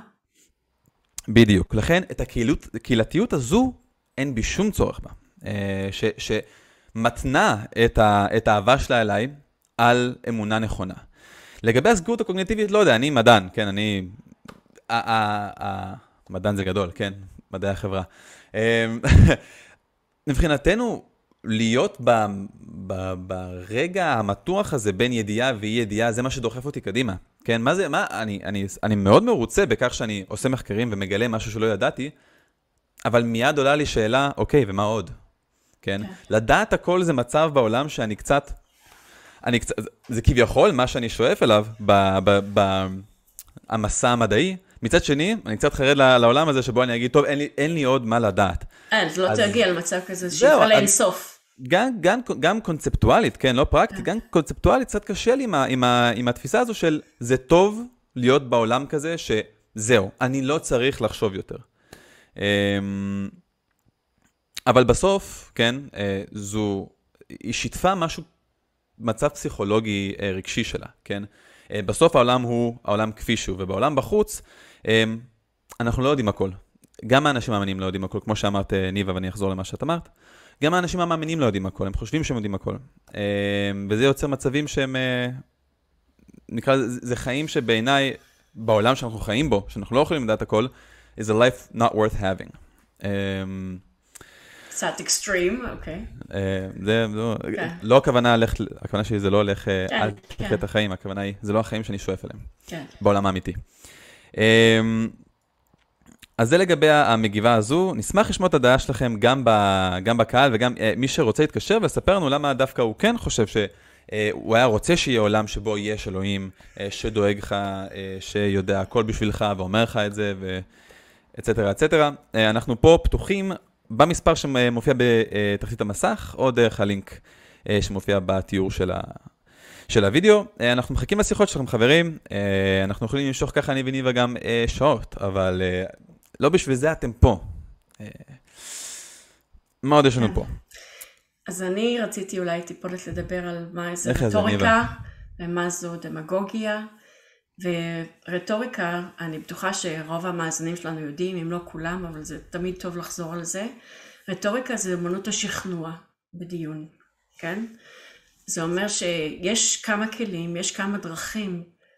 בדיוק. לכן, את הקהילות, הקהילתיות הזו, אין בי שום צורך בה. ש, שמתנה את, ה, את האהבה שלה אליי על אמונה נכונה. לגבי הסגרות הקוגניטיבית, לא יודע, אני מדען, כן, אני... מדען זה גדול, כן, מדעי החברה. מבחינתנו, להיות ב, ב, ברגע המתוח הזה בין ידיעה ואי ידיעה, זה מה שדוחף אותי קדימה. כן, מה זה, מה, אני, אני, אני מאוד מרוצה בכך שאני עושה מחקרים ומגלה משהו שלא ידעתי, אבל מיד עולה לי שאלה, אוקיי, ומה עוד? כן? כן. לדעת הכל זה מצב בעולם שאני קצת, אני קצת, זה כביכול מה שאני שואף אליו, ב, ב, ב, המסע המדעי. מצד שני, אני קצת חרד לעולם הזה שבו אני אגיד, טוב, אין לי, אין לי עוד מה לדעת. אין, זה לא אז... תגיע למצב כזה שיפה לאינסוף. גם, גם, גם קונספטואלית, כן, לא פרקטית, גם קונספטואלית, קצת קשה לי עם, עם, עם התפיסה הזו של זה טוב להיות בעולם כזה שזהו, אני לא צריך לחשוב יותר. אבל בסוף, כן, זו, היא שיתפה משהו, מצב פסיכולוגי רגשי שלה, כן? בסוף העולם הוא העולם כפי שהוא, ובעולם בחוץ, אנחנו לא יודעים הכל. גם האנשים המאמינים לא יודעים הכל, כמו שאמרת ניבה, ואני אחזור למה שאת אמרת. גם האנשים המאמינים לא יודעים הכל, הם חושבים שהם יודעים הכל. וזה יוצר מצבים שהם, נקרא, זה חיים שבעיניי, בעולם שאנחנו חיים בו, שאנחנו לא יכולים לדעת הכל, is a life not worth having. קצת אקסטרים, אוקיי. זה לא הכוונה, הכוונה שלי זה לא הולך על תחת החיים, הכוונה היא, זה לא החיים שאני שואף אליהם. בעולם האמיתי. אז זה לגבי המגיבה הזו, נשמח לשמוע את הדעה שלכם גם, ב, גם בקהל, וגם מי שרוצה להתקשר ולספר לנו למה דווקא הוא כן חושב שהוא היה רוצה שיהיה עולם שבו יש אלוהים, שדואג לך, שיודע הכל בשבילך ואומר לך את זה, ואצטרה, אצטרה. אנחנו פה פתוחים במספר שמופיע בתחתית המסך, או דרך הלינק שמופיע בתיאור של, ה, של הוידאו. אנחנו מחכים לשיחות שלכם, חברים. אנחנו יכולים למשוך ככה, אני וניבה גם שעות, אבל לא בשביל זה אתם פה. מה עוד יש לנו פה? אז אני רציתי אולי טיפולת לדבר על מה זה רטוריקה, ומה זו דמגוגיה, ורטוריקה, אני בטוחה שרוב המאזינים שלנו יודעים, אם לא כולם, אבל זה תמיד טוב לחזור על זה. רטוריקה זה אמנות השכנוע בדיון, כן? זה אומר שיש כמה כלים, יש כמה דרכים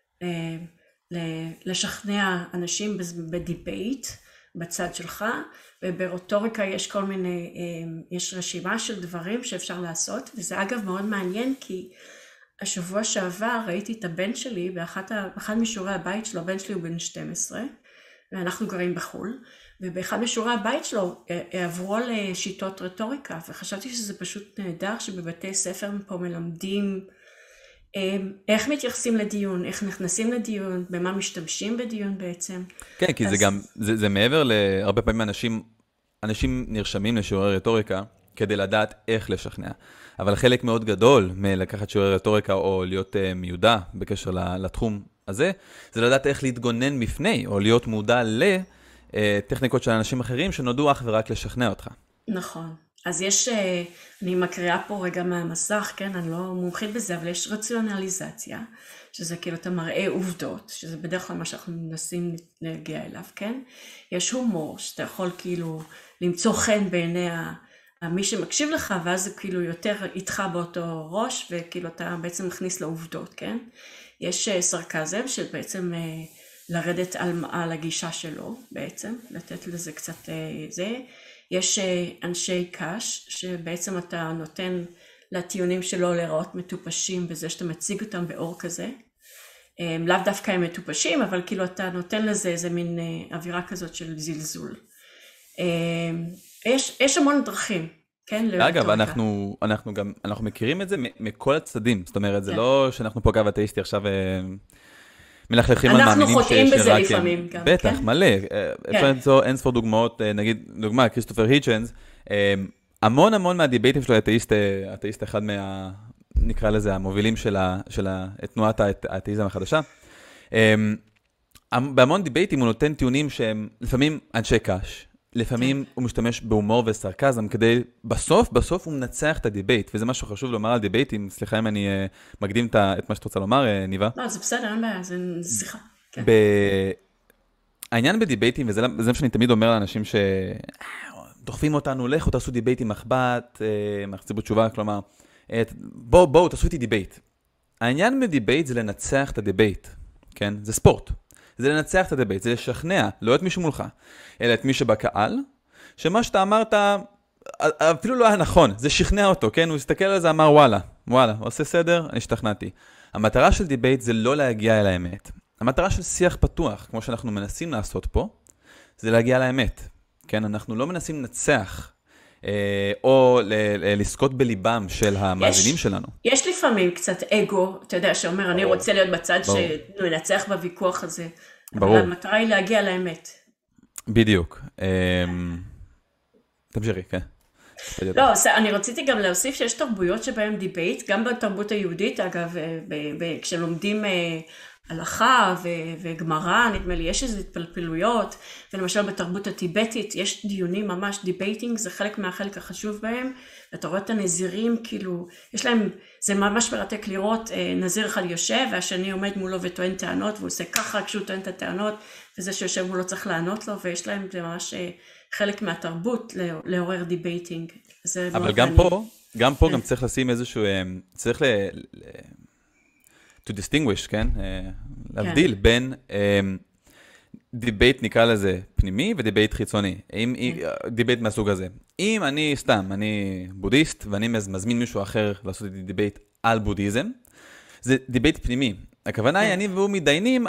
לשכנע אנשים בדיבייט, בצד שלך, וברטוריקה יש כל מיני, יש רשימה של דברים שאפשר לעשות, וזה אגב מאוד מעניין, כי השבוע שעבר ראיתי את הבן שלי, באחד משיעורי הבית שלו, הבן שלי הוא בן שתים עשרה, ואנחנו גרים בחול, ובאחד משיעורי הבית שלו עברו לשיטות רטוריקה, וחשבתי שזה פשוט נהדר, שבבתי ספר פה מלמדים, איך מתייחסים לדיון, איך נכנסים לדיון, במה משתמשים בדיון בעצם. כן, כי אז... זה גם, זה, זה מעבר להרבה פעמים אנשים, אנשים נרשמים לשיעורי רטוריקה, כדי לדעת איך לשכנע. אבל חלק מאוד גדול מלקחת שיעורי רטוריקה, או להיות uh, מיודע בקשר לתחום הזה, זה לדעת איך להתגונן בפני, או להיות מודע לטכניקות של אנשים אחרים, שנודעו אך ורק לשכנע אותך. נכון. אז יש, אני מקריאה פה רגע מהמסך, כן, אני לא מומחית בזה, אבל יש רציונליזציה, שזה כאילו אתה מראה עובדות, שזה בדרך כלל מה שאנחנו מנסים להגיע אליו, כן? יש הומור, שאתה יכול כאילו למצוא חן בעיני מי שמקשיב לך, ואז זה כאילו יותר איתך באותו ראש, וכאילו אתה בעצם מכניס לעובדות, כן? יש סרקזם, שבעצם לרדת על, על הגישה שלו, בעצם, לתת לזה קצת זה, יש אנשי קש, שבעצם אתה נותן לטיעונים שלו להיראות מטופשים, בזה שאתה מציג אותם באור כזה. לאו דווקא הם מטופשים, אבל כאילו אתה נותן לזה איזה מין אווירה כזאת של זלזול. יש, יש המון דרכים, כן? אגב, אנחנו, אנחנו גם, אנחנו מכירים את זה מכל הצדדים. זאת אומרת, זה לא שאנחנו פה קו אתאיסטי עכשיו מלכלכים על מאמינים אנחנו חוטאים בזה לפעמים גם. בטח, מלא. אפשר למצוא אין ספור דוגמאות, נגיד, דוגמה, כריסטופר היצ'נס, המון המון מהדיבייטים שלו, אתאיסט אחד מה, נקרא לזה, המובילים של תנועת האתאיזם החדשה. בהמון דיבייטים הוא נותן טיעונים שהם לפעמים אנשי קש, לפעמים הוא משתמש בהומור וסרקזם, כדי בסוף, בסוף הוא מנצח את הדיבייט, וזה משהו חשוב לומר על דיבייטים, סליחה אם אני מקדים את מה שאת רוצה לומר, ניבה. לא, זה בסדר, אין בעיה, זה שיחה. העניין בדיבייטים, וזה מה שאני תמיד אומר לאנשים שדוחפים אותנו, לכו תעשו דיבייט עם מחבת, מחציבות תשובה, כלומר, בואו, בואו, תעשו איתי דיבייט. העניין בדיבייט זה לנצח את הדיבייט, כן? זה ספורט. זה לנצח את הדיבייט, זה לשכנע, לא את מישהו מולך, אלא את מי שבקהל, שמה שאתה אמרת, אפילו לא היה נכון, זה שכנע אותו, כן? הוא הסתכל על זה, אמר וואלה, וואלה, עושה סדר, אני השתכנעתי. המטרה של דיבייט זה לא להגיע אל האמת. המטרה של שיח פתוח, כמו שאנחנו מנסים לעשות פה, זה להגיע לאמת. כן? אנחנו לא מנסים לנצח, או לזכות בליבם של המאזינים שלנו. יש לפעמים קצת אגו, אתה יודע, שאומר, אני רוצה להיות בצד שננצח בוויכוח הזה. ברור. אבל המטרה היא להגיע לאמת. בדיוק. תמשיכי, כן. לא, אני רציתי גם להוסיף שיש תרבויות שבהן דיבייט, גם בתרבות היהודית, אגב, כשלומדים הלכה וגמרא, נדמה לי, יש איזה התפלפלויות, ולמשל בתרבות הטיבטית יש דיונים ממש, דיבייטינג זה חלק מהחלק החשוב בהם, ואתה רואה את הנזירים, כאילו, יש להם, זה ממש מרתק לראות, נזיר אחד יושב, והשני עומד מולו וטוען טענות, והוא עושה ככה כשהוא טוען את הטענות, וזה שיושב מולו צריך לענות לו, ויש להם זה ממש חלק מהתרבות לעורר דיבייטינג. אבל גם פה, גם פה גם צריך לשים איזשהו, צריך ל... to distinguish, כן? להבדיל בין דיבייט נקרא לזה פנימי ודיבייט חיצוני. דיבייט מהסוג הזה. אם אני סתם, אני בודהיסט, ואני מזמין מישהו אחר לעשות דיבייט על בודהיזם, זה דיבייט פנימי. הכוונה היא, אני והוא מתדיינים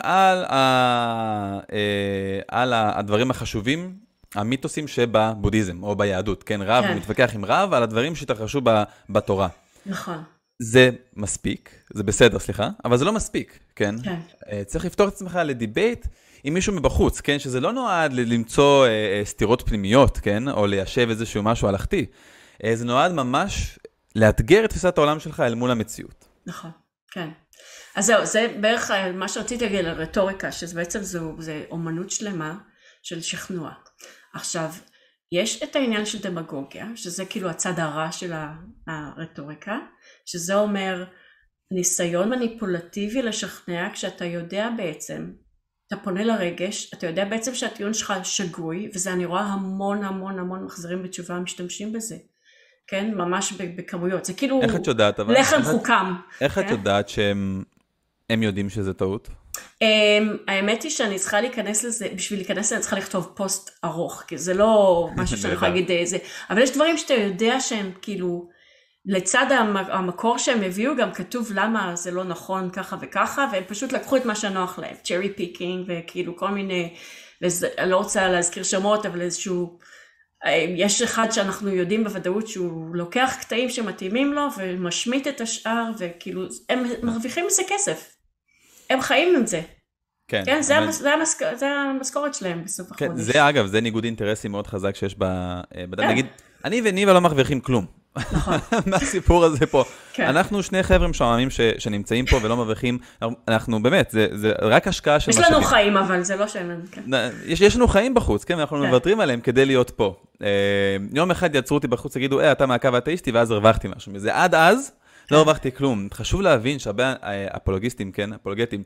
על הדברים החשובים, המיתוסים שבבודהיזם או ביהדות. כן, רב מתווכח עם רב על הדברים שהתרחשו בתורה. נכון. זה מספיק, זה בסדר, סליחה, אבל זה לא מספיק, כן? כן. צריך לפתור את עצמך לדיבייט עם מישהו מבחוץ, כן? שזה לא נועד למצוא סתירות פנימיות, כן? או ליישב איזשהו משהו הלכתי. זה נועד ממש לאתגר את תפיסת העולם שלך אל מול המציאות. נכון. כן. אז זהו, זה בערך מה שרציתי להגיד על רטוריקה, שזה בעצם זו, זה אומנות שלמה של שכנוע. עכשיו, יש את העניין של דמגוגיה, שזה כאילו הצד הרע של הרטוריקה, שזה אומר ניסיון מניפולטיבי לשכנע, כשאתה יודע בעצם, אתה פונה לרגש, אתה יודע בעצם שהטיעון שלך שגוי, וזה אני רואה המון המון המון מחזירים בתשובה משתמשים בזה. כן, ממש בכמויות, זה כאילו איך את יודעת, אבל... לחם חוקם. איך את יודעת שהם יודעים שזה טעות? האמת היא שאני צריכה להיכנס לזה, בשביל להיכנס לזה אני צריכה לכתוב פוסט ארוך, כי זה לא משהו שאני יכולה להגיד איזה, אבל יש דברים שאתה יודע שהם כאילו, לצד המקור שהם הביאו גם כתוב למה זה לא נכון ככה וככה, והם פשוט לקחו את מה שנוח להם, צ'רי פיקינג וכאילו כל מיני, אני לא רוצה להזכיר שמות, אבל איזשהו, יש אחד שאנחנו יודעים בוודאות שהוא לוקח קטעים שמתאימים לו ומשמיט את השאר, וכאילו הם מרוויחים מזה כסף. הם חיים עם זה. כן. כן, זה, המס, זה, המסק, זה המשכורת שלהם בסוף כן, החודש. זה אגב, זה ניגוד אינטרסים מאוד חזק שיש ב... כן. נגיד, אני וניבה לא מרוויחים כלום. נכון. מהסיפור הזה פה. כן. אנחנו שני חבר'ה משועממים ש, שנמצאים פה ולא מרוויחים, אנחנו באמת, זה, זה רק השקעה של יש לנו חיים, אבל זה לא שאין לנו, כן. יש, יש לנו חיים בחוץ, כן, ואנחנו כן. מוותרים עליהם כדי להיות פה. יום אחד יצרו אותי בחוץ, הגידו, אה, אתה מהקו האתאיסטי, ואז הרווחתי משהו מזה. עד אז לא הרווחתי כלום. חשוב להבין שהרבה אפולוגיסטים, כן, אפולוגטים,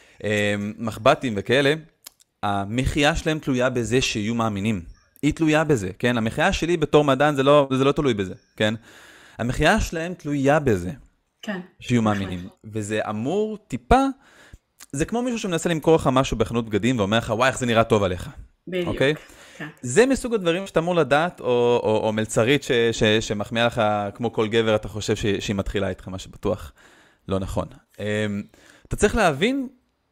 מחבטים וכאלה, המחיה שלהם תלויה בזה שיהיו מאמינים. היא תלויה בזה, כן? המחיה שלי בתור מדען זה לא, זה לא תלוי בזה, כן? המחיה שלהם תלויה בזה. כן. שיהיו מאמינים. וזה אמור טיפה, זה כמו מישהו שמנסה למכור לך משהו בחנות בגדים ואומר לך, וואי, איך זה נראה טוב עליך. בדיוק. אוקיי? כן. זה מסוג הדברים שאתה אמור לדעת, או, או, או מלצרית ש, ש, שמחמיאה לך כמו כל גבר, אתה חושב ש, שהיא מתחילה איתך, מה שבטוח לא נכון. אתה צריך להבין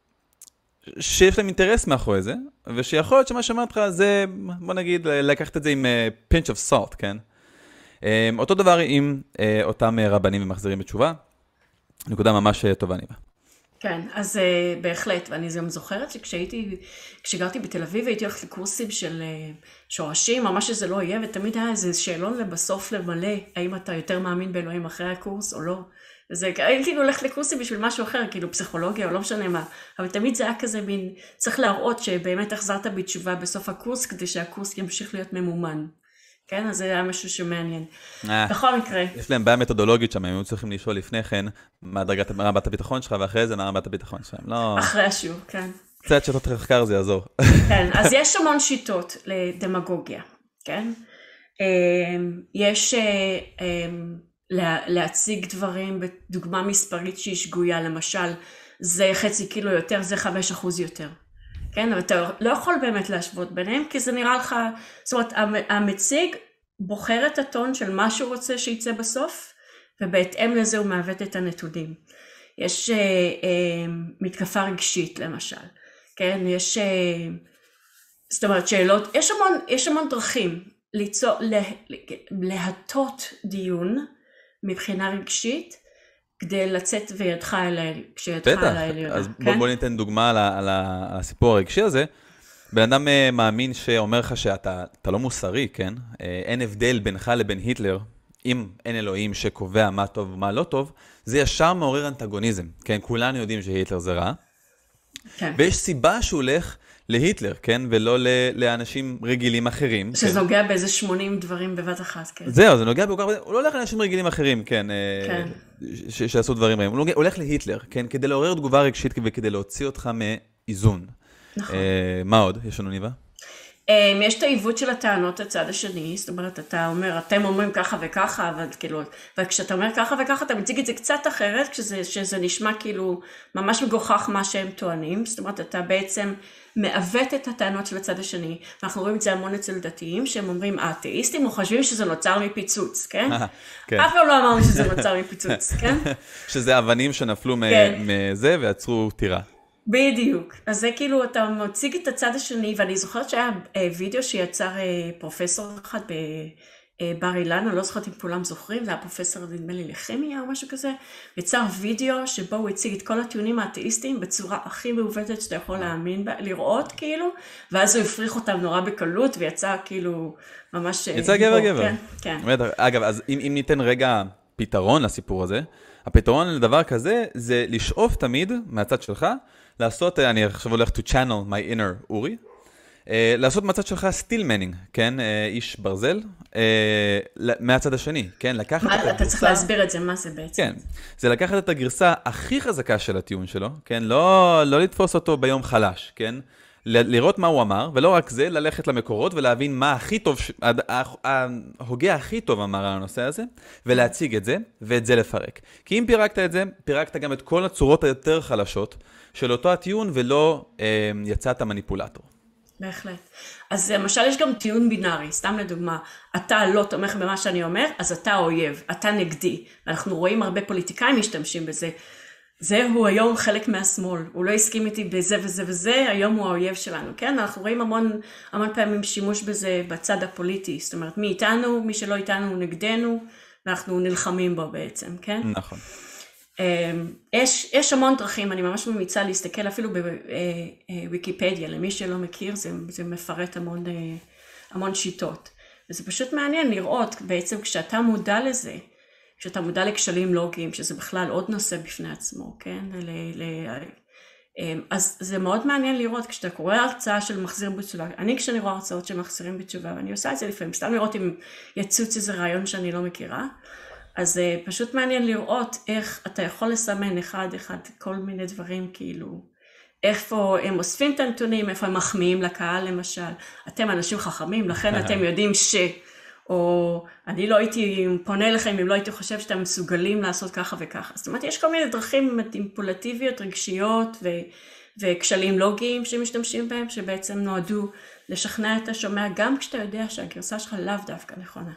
שיש להם אינטרס מאחורי זה, ושיכול להיות שמה שאמרת לך זה, בוא נגיד, לקחת את זה עם uh, pinch of salt, כן? Um, אותו דבר עם uh, אותם uh, רבנים ומחזירים בתשובה. נקודה ממש uh, טובה ניבה. כן, אז uh, בהחלט, ואני גם זוכרת שכשהייתי, כשגרתי בתל אביב, הייתי הולכת לקורסים של uh, שורשים, ממש שזה לא יהיה, ותמיד היה איזה שאלון לבסוף למלא, האם אתה יותר מאמין באלוהים אחרי הקורס או לא. וזה, הייתי הולכת לקורסים בשביל משהו אחר, כאילו פסיכולוגיה או לא משנה מה, אבל תמיד זה היה כזה מין, צריך להראות שבאמת החזרת בתשובה בסוף הקורס, כדי שהקורס ימשיך להיות ממומן. כן, אז זה היה משהו שמעניין. בכל מקרה. יש להם בעיה מתודולוגית שם, הם צריכים לשאול לפני כן, מה דרגת רמת הביטחון שלך, ואחרי זה מה רמת הביטחון שלהם. לא... אחרי השיעור, כן. קצת שיטות מחקר זה יעזור. כן, אז יש המון שיטות לדמגוגיה, כן? יש להציג דברים בדוגמה מספרית שהיא שגויה, למשל, זה חצי קילו יותר, זה חמש אחוז יותר. כן, אבל אתה לא יכול באמת להשוות ביניהם, כי זה נראה לך, זאת אומרת, המציג בוחר את הטון של מה שהוא רוצה שיצא בסוף, ובהתאם לזה הוא מעוות את הנתונים. יש אה, אה, מתקפה רגשית, למשל. כן, יש, אה, זאת אומרת, שאלות, יש המון, יש המון דרכים ליצור, לה, להטות דיון מבחינה רגשית, כדי לצאת וידך אליי, כשידך אל העליונה. אז בוא, בוא ניתן דוגמה על, על, על הסיפור הרגשי הזה. בן אדם מאמין שאומר לך שאתה אתה לא מוסרי, כן? אין הבדל בינך לבין היטלר, אם אין אלוהים שקובע מה טוב ומה לא טוב, זה ישר מעורר אנטגוניזם, כן? כולנו יודעים שהיטלר זה רע. כן. ויש סיבה שהוא הולך להיטלר, כן? ולא לאנשים רגילים אחרים. שזה נוגע באיזה שמונים דברים בבת אחת, כן. זהו, זה נוגע בכל... הוא לא הולך לאנשים רגילים אחרים, כן? כן. ש- שעשו דברים רעים. הוא הולך להיטלר, כן? כדי לעורר תגובה רגשית וכדי להוציא אותך מאיזון. נכון. מה עוד? יש לנו ניבה? יש את העיוות של הטענות הצד השני, זאת אומרת, אתה אומר, אתם אומרים ככה וככה, אבל כאילו, וכשאתה אומר ככה וככה, אתה מציג את זה קצת אחרת, כשזה, שזה נשמע כאילו ממש מגוחך מה שהם טוענים, זאת אומרת, אתה בעצם מעוות את הטענות של הצד השני, ואנחנו רואים את זה המון אצל דתיים, שהם אומרים, האתאיסטים, או חושבים שזה נוצר מפיצוץ, כן? כן. אף פעם לא אמרנו שזה נוצר מפיצוץ, כן? שזה אבנים שנפלו כן. מזה ויצרו טירה. בדיוק, אז זה כאילו אתה מציג את הצד השני, ואני זוכרת שהיה וידאו שיצר פרופסור אחד בבר אילן, אני לא זוכרת אם כולם זוכרים, זה היה פרופסור נדמה לי לכימיה או משהו כזה, יצר וידאו שבו הוא הציג את כל הטיעונים האתאיסטיים בצורה הכי מעוותת שאתה יכול להאמין בה, לראות כאילו, ואז הוא הפריך אותם נורא בקלות, ויצא כאילו ממש... יצא גבר גבר. כן, כן. אגב, אז אם, אם ניתן רגע פתרון לסיפור הזה, הפתרון לדבר כזה זה לשאוף תמיד מהצד שלך, לעשות, אני עכשיו הולך to channel my inner אורי, Uh, לעשות מהצד שלך סטילמנינג, כן, uh, איש ברזל, uh, מהצד השני, כן, לקחת מה, את הגרסה... אתה צריך להסביר את זה, מה זה בעצם? כן, זה לקחת את הגרסה הכי חזקה של הטיעון שלו, כן, לא, לא לתפוס אותו ביום חלש, כן, ל- לראות מה הוא אמר, ולא רק זה, ללכת למקורות ולהבין מה הכי טוב, ש... ההוגה הכי טוב אמר על הנושא הזה, ולהציג את זה, ואת זה לפרק. כי אם פירקת את זה, פירקת גם את כל הצורות היותר חלשות של אותו הטיעון, ולא uh, יצאת מניפולטור. בהחלט. אז למשל יש גם טיעון בינארי, סתם לדוגמה, אתה לא תומך במה שאני אומר, אז אתה אויב, אתה נגדי. אנחנו רואים הרבה פוליטיקאים משתמשים בזה. זהו היום חלק מהשמאל, הוא לא הסכים איתי בזה וזה וזה, היום הוא האויב שלנו, כן? אנחנו רואים המון, המון פעמים שימוש בזה בצד הפוליטי, זאת אומרת, מי איתנו, מי שלא איתנו הוא נגדנו, ואנחנו נלחמים בו בעצם, כן? נכון. יש, יש המון דרכים, אני ממש ממיצה להסתכל אפילו בוויקיפדיה, למי שלא מכיר, זה, זה מפרט המון, המון שיטות. וזה פשוט מעניין לראות, בעצם כשאתה מודע לזה, כשאתה מודע לכשלים לוגיים, שזה בכלל עוד נושא בפני עצמו, כן? ל, ל, אז זה מאוד מעניין לראות, כשאתה קורא הרצאה של מחזיר בתשובה, אני כשאני רואה הרצאות של מחזירים בתשובה, ואני עושה את זה לפעמים, סתם לראות אם יצוץ איזה רעיון שאני לא מכירה, אז זה פשוט מעניין לראות איך אתה יכול לסמן אחד אחד כל מיני דברים, כאילו, איפה הם אוספים את הנתונים, איפה הם מחמיאים לקהל למשל. אתם אנשים חכמים, לכן אתם יודעים ש... או אני לא הייתי פונה לכם אם לא הייתי חושב שאתם מסוגלים לעשות ככה וככה. זאת אומרת, יש כל מיני דרכים מניפולטיביות, רגשיות ו... וכשלים לוגיים שמשתמשים בהם, שבעצם נועדו לשכנע את השומע, גם כשאתה יודע שהגרסה שלך לאו דווקא נכונה.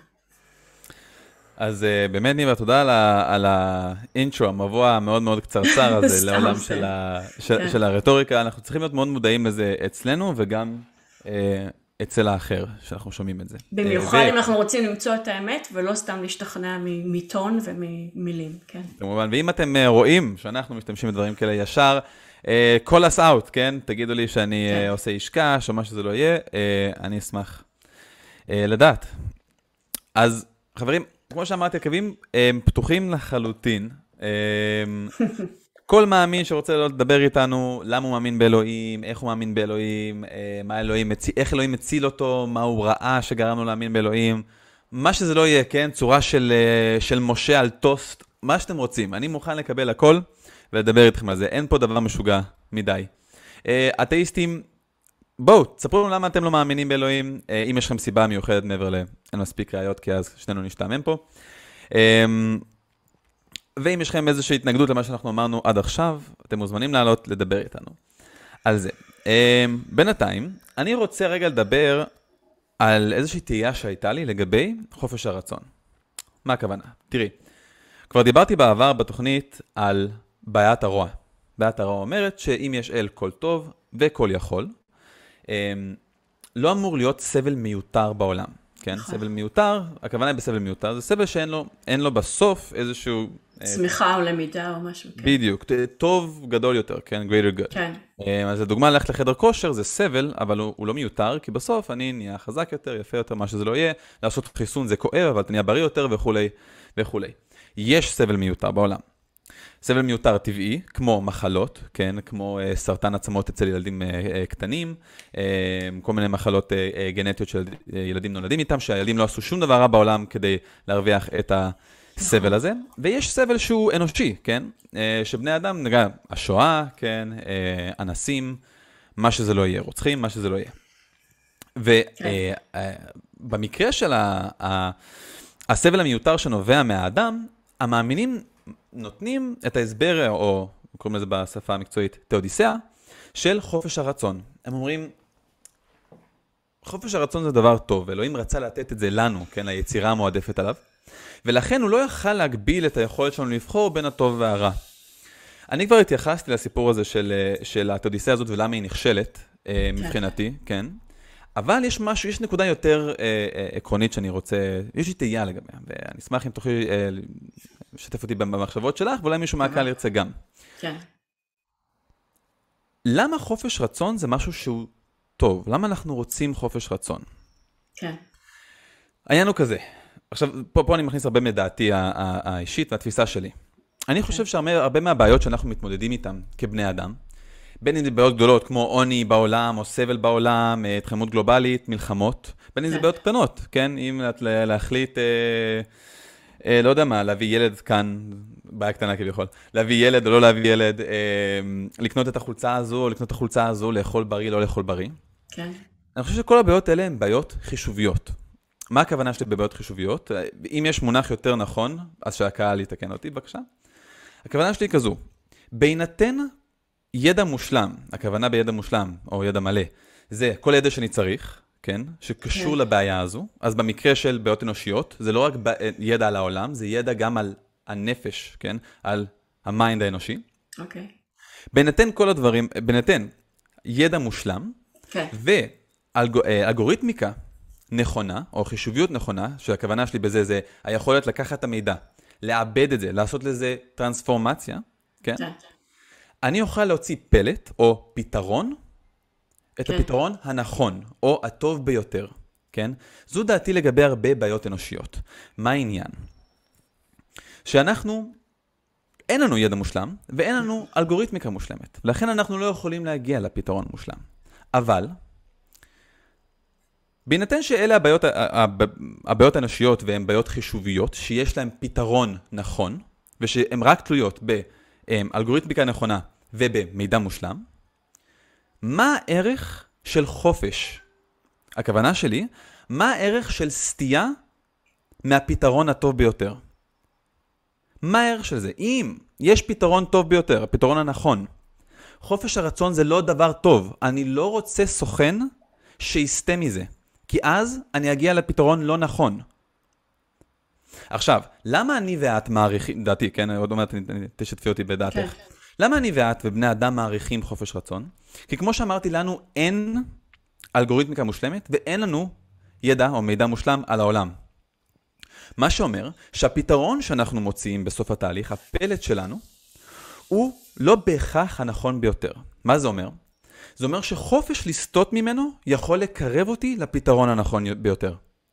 אז uh, באמת ניבה, תודה על, ה- על האינטרו, המבוא המאוד מאוד קצרצר הזה לעולם של, ה- של, כן. של הרטוריקה. אנחנו צריכים להיות מאוד מודעים לזה אצלנו וגם uh, אצל האחר, שאנחנו שומעים את זה. במיוחד uh, אם ו... אנחנו רוצים למצוא את האמת, ולא סתם להשתכנע מטון וממילים, כן. כמובן, ואם אתם uh, רואים שאנחנו משתמשים בדברים כאלה ישר, uh, call us out, כן? תגידו לי שאני כן. uh, עושה אישקש או מה שזה לא יהיה, uh, אני אשמח uh, לדעת. אז חברים, כמו שאמרתי, הקווים הם פתוחים לחלוטין. כל מאמין שרוצה לדבר איתנו, למה הוא מאמין באלוהים, איך הוא מאמין באלוהים, מה אלוהים מציל, איך אלוהים מציל אותו, מה הוא ראה שגרם לו להאמין באלוהים, מה שזה לא יהיה, כן, צורה של, של משה על טוסט, מה שאתם רוצים. אני מוכן לקבל הכל ולדבר איתכם על זה. אין פה דבר משוגע מדי. אתאיסטים, בואו, תספרו לנו למה אתם לא מאמינים באלוהים, אם יש לכם סיבה מיוחדת מעבר לאין מספיק ראיות, כי אז שנינו נשתעמם פה. ואם יש לכם איזושהי התנגדות למה שאנחנו אמרנו עד עכשיו, אתם מוזמנים לעלות לדבר איתנו על זה. בינתיים, אני רוצה רגע לדבר על איזושהי תהייה שהייתה לי לגבי חופש הרצון. מה הכוונה? תראי, כבר דיברתי בעבר בתוכנית על בעיית הרוע. בעיית הרוע אומרת שאם יש אל כל טוב וכל יכול, לא אמור להיות סבל מיותר בעולם, כן? סבל מיותר, הכוונה היא בסבל מיותר, זה סבל שאין לו, אין לו בסוף איזשהו... צמיחה או למידה או משהו, כן. בדיוק, טוב גדול יותר, כן? greater good. כן. אז לדוגמה, ללכת לחדר כושר זה סבל, אבל הוא, הוא לא מיותר, כי בסוף אני נהיה חזק יותר, יפה יותר, מה שזה לא יהיה, לעשות חיסון זה כואב, אבל אתה נהיה בריא יותר וכו' וכו'. יש סבל מיותר בעולם. סבל מיותר טבעי, כמו מחלות, כן, כמו uh, סרטן עצמות אצל ילדים uh, uh, קטנים, uh, כל מיני מחלות uh, uh, גנטיות של uh, ילדים נולדים איתם, שהילדים לא עשו שום דבר רע בעולם כדי להרוויח את הסבל הזה, ויש סבל שהוא אנושי, כן, uh, שבני אדם, נגע, השואה, כן, uh, אנסים, מה שזה לא יהיה, רוצחים, מה שזה לא יהיה. ובמקרה uh, uh, של ה- ה- הסבל המיותר שנובע מהאדם, המאמינים נותנים את ההסבר, או קוראים לזה בשפה המקצועית, תאודיסאה, של חופש הרצון. הם אומרים, חופש הרצון זה דבר טוב, ואלוהים רצה לתת את זה לנו, כן, ליצירה המועדפת עליו, ולכן הוא לא יכל להגביל את היכולת שלנו לבחור בין הטוב והרע. אני כבר התייחסתי לסיפור הזה של, של התאודיסאה הזאת, ולמה היא נכשלת, מבחינתי, כן. אבל יש משהו, יש נקודה יותר אה, אה, עקרונית שאני רוצה, יש לי תהייה לגביה, ואני אשמח אם תוכלי אה, לשתף אותי במחשבות שלך, ואולי מישהו מהקהל ירצה גם. כן. למה חופש רצון זה משהו שהוא טוב? למה אנחנו רוצים חופש רצון? כן. העניין הוא כזה, עכשיו, פה, פה אני מכניס הרבה מדעתי האישית והתפיסה שלי. אני חושב שהרבה מהבעיות שאנחנו מתמודדים איתן כבני אדם, בין אם זה בעיות גדולות כמו עוני בעולם או סבל בעולם, התחממות גלובלית, מלחמות, בין אם זה בעיות קטנות, כן? אם להחליט, אה, אה, לא יודע מה, להביא ילד כאן, בעיה קטנה כביכול, להביא ילד או לא להביא ילד, אה, לקנות את החולצה הזו או לקנות את החולצה הזו, לאכול בריא, לא לאכול בריא. כן. אני חושב שכל הבעיות האלה הן בעיות חישוביות. מה הכוונה שלי בבעיות חישוביות? אם יש מונח יותר נכון, אז שהקהל יתקן אותי, בבקשה. הכוונה שלי היא כזו, בהינתן ידע מושלם, הכוונה בידע מושלם, או ידע מלא, זה כל ידע שאני צריך, כן, שקשור כן. לבעיה הזו, אז במקרה של בעיות אנושיות, זה לא רק ידע על העולם, זה ידע גם על הנפש, כן, על המיינד האנושי. אוקיי. בהינתן כל הדברים, בהינתן ידע מושלם, כן. ואלגוריתמיקה נכונה, או חישוביות נכונה, שהכוונה שלי בזה זה היכולת לקחת את המידע, לעבד את זה, לעשות לזה טרנספורמציה, כן? כן. אני אוכל להוציא פלט או פתרון, את כן. הפתרון הנכון, או הטוב ביותר, כן? זו דעתי לגבי הרבה בעיות אנושיות. מה העניין? שאנחנו, אין לנו ידע מושלם, ואין לנו אלגוריתמיקה מושלמת. ולכן אנחנו לא יכולים להגיע לפתרון מושלם. אבל, בהינתן שאלה הבעיות, הבעיות האנושיות והן בעיות חישוביות, שיש להן פתרון נכון, ושהן רק תלויות באלגוריתמיקה נכונה ובמידע מושלם, מה הערך של חופש? הכוונה שלי, מה הערך של סטייה מהפתרון הטוב ביותר? מה הערך של זה? אם יש פתרון טוב ביותר, הפתרון הנכון, חופש הרצון זה לא דבר טוב. אני לא רוצה סוכן שיסתה מזה. כי אז אני אגיע לפתרון לא נכון. עכשיו, למה אני ואת מעריכים, דעתי, כן, עוד אומרת, תשתפי אותי בדעתך. כן. למה אני ואת ובני אדם מעריכים חופש רצון? כי כמו שאמרתי, לנו אין אלגוריתמיקה מושלמת, ואין לנו ידע או מידע מושלם על העולם. מה שאומר שהפתרון שאנחנו מוציאים בסוף התהליך, הפלט שלנו, הוא לא בהכרח הנכון ביותר. מה זה אומר? זה אומר שחופש לסטות ממנו יכול לקרב אותי לפתרון הנכון ביותר.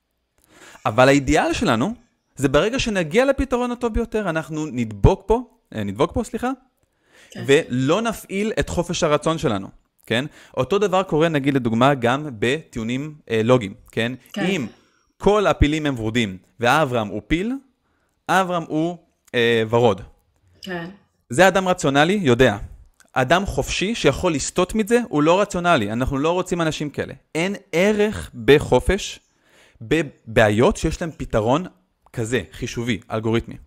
אבל האידיאל שלנו, זה ברגע שנגיע לפתרון הטוב ביותר, אנחנו נדבוק פה, נדבוק פה, סליחה, כן. ולא נפעיל את חופש הרצון שלנו, כן? אותו דבר קורה, נגיד לדוגמה, גם בטיעונים אה, לוגיים, כן? כן? אם כל הפילים הם ורודים, ואברהם הוא פיל, אברהם הוא אה, ורוד. כן. זה אדם רציונלי, יודע. אדם חופשי שיכול לסטות מזה, הוא לא רציונלי. אנחנו לא רוצים אנשים כאלה. אין ערך בחופש, בבעיות שיש להם פתרון כזה, חישובי, אלגוריתמי.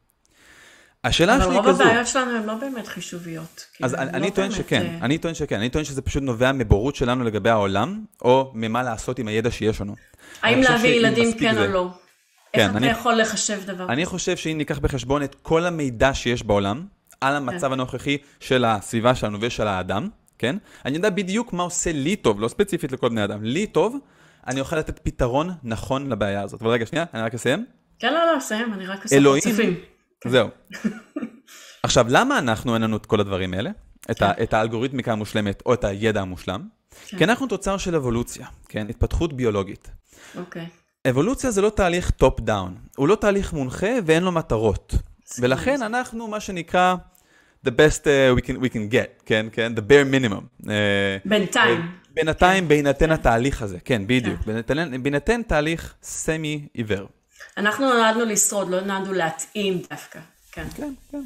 השאלה שלי היא כזו. אבל רוב הבעיות שלנו הן לא באמת חישוביות. אז אני טוען שכן, אני טוען שכן. אני טוען שזה פשוט נובע מבורות שלנו לגבי העולם, או ממה לעשות עם הידע שיש לנו. האם להביא ילדים כן או לא? איך אתה יכול לחשב דבר כזה? אני חושב שאם ניקח בחשבון את כל המידע שיש בעולם, על המצב הנוכחי של הסביבה שלנו ושל האדם, כן? אני יודע בדיוק מה עושה לי טוב, לא ספציפית לכל בני אדם. לי טוב, אני אוכל לתת פתרון נכון לבעיה הזאת. אבל רגע, שנייה, אני רק אסיים. כן, לא, לא, אסיים, אני רק אסיים. אלוהים, זהו. עכשיו, למה אנחנו אין לנו את כל הדברים האלה? את האלגוריתמיקה המושלמת או את הידע המושלם? כי אנחנו תוצר של אבולוציה, כן? התפתחות ביולוגית. אוקיי. אבולוציה זה לא תהליך טופ דאון. הוא לא תהליך מונחה ואין לו מטרות. ולכן אנחנו, מה שנקרא, the best uh, we can, we can get, כן, כן, the bare minimum. בינתיים. בינתיים, בהינתן התהליך הזה, כן, בדיוק. בהינתן תהליך סמי עיוור. אנחנו נולדנו לשרוד, לא נולדנו להתאים דווקא. כן, כן, כן.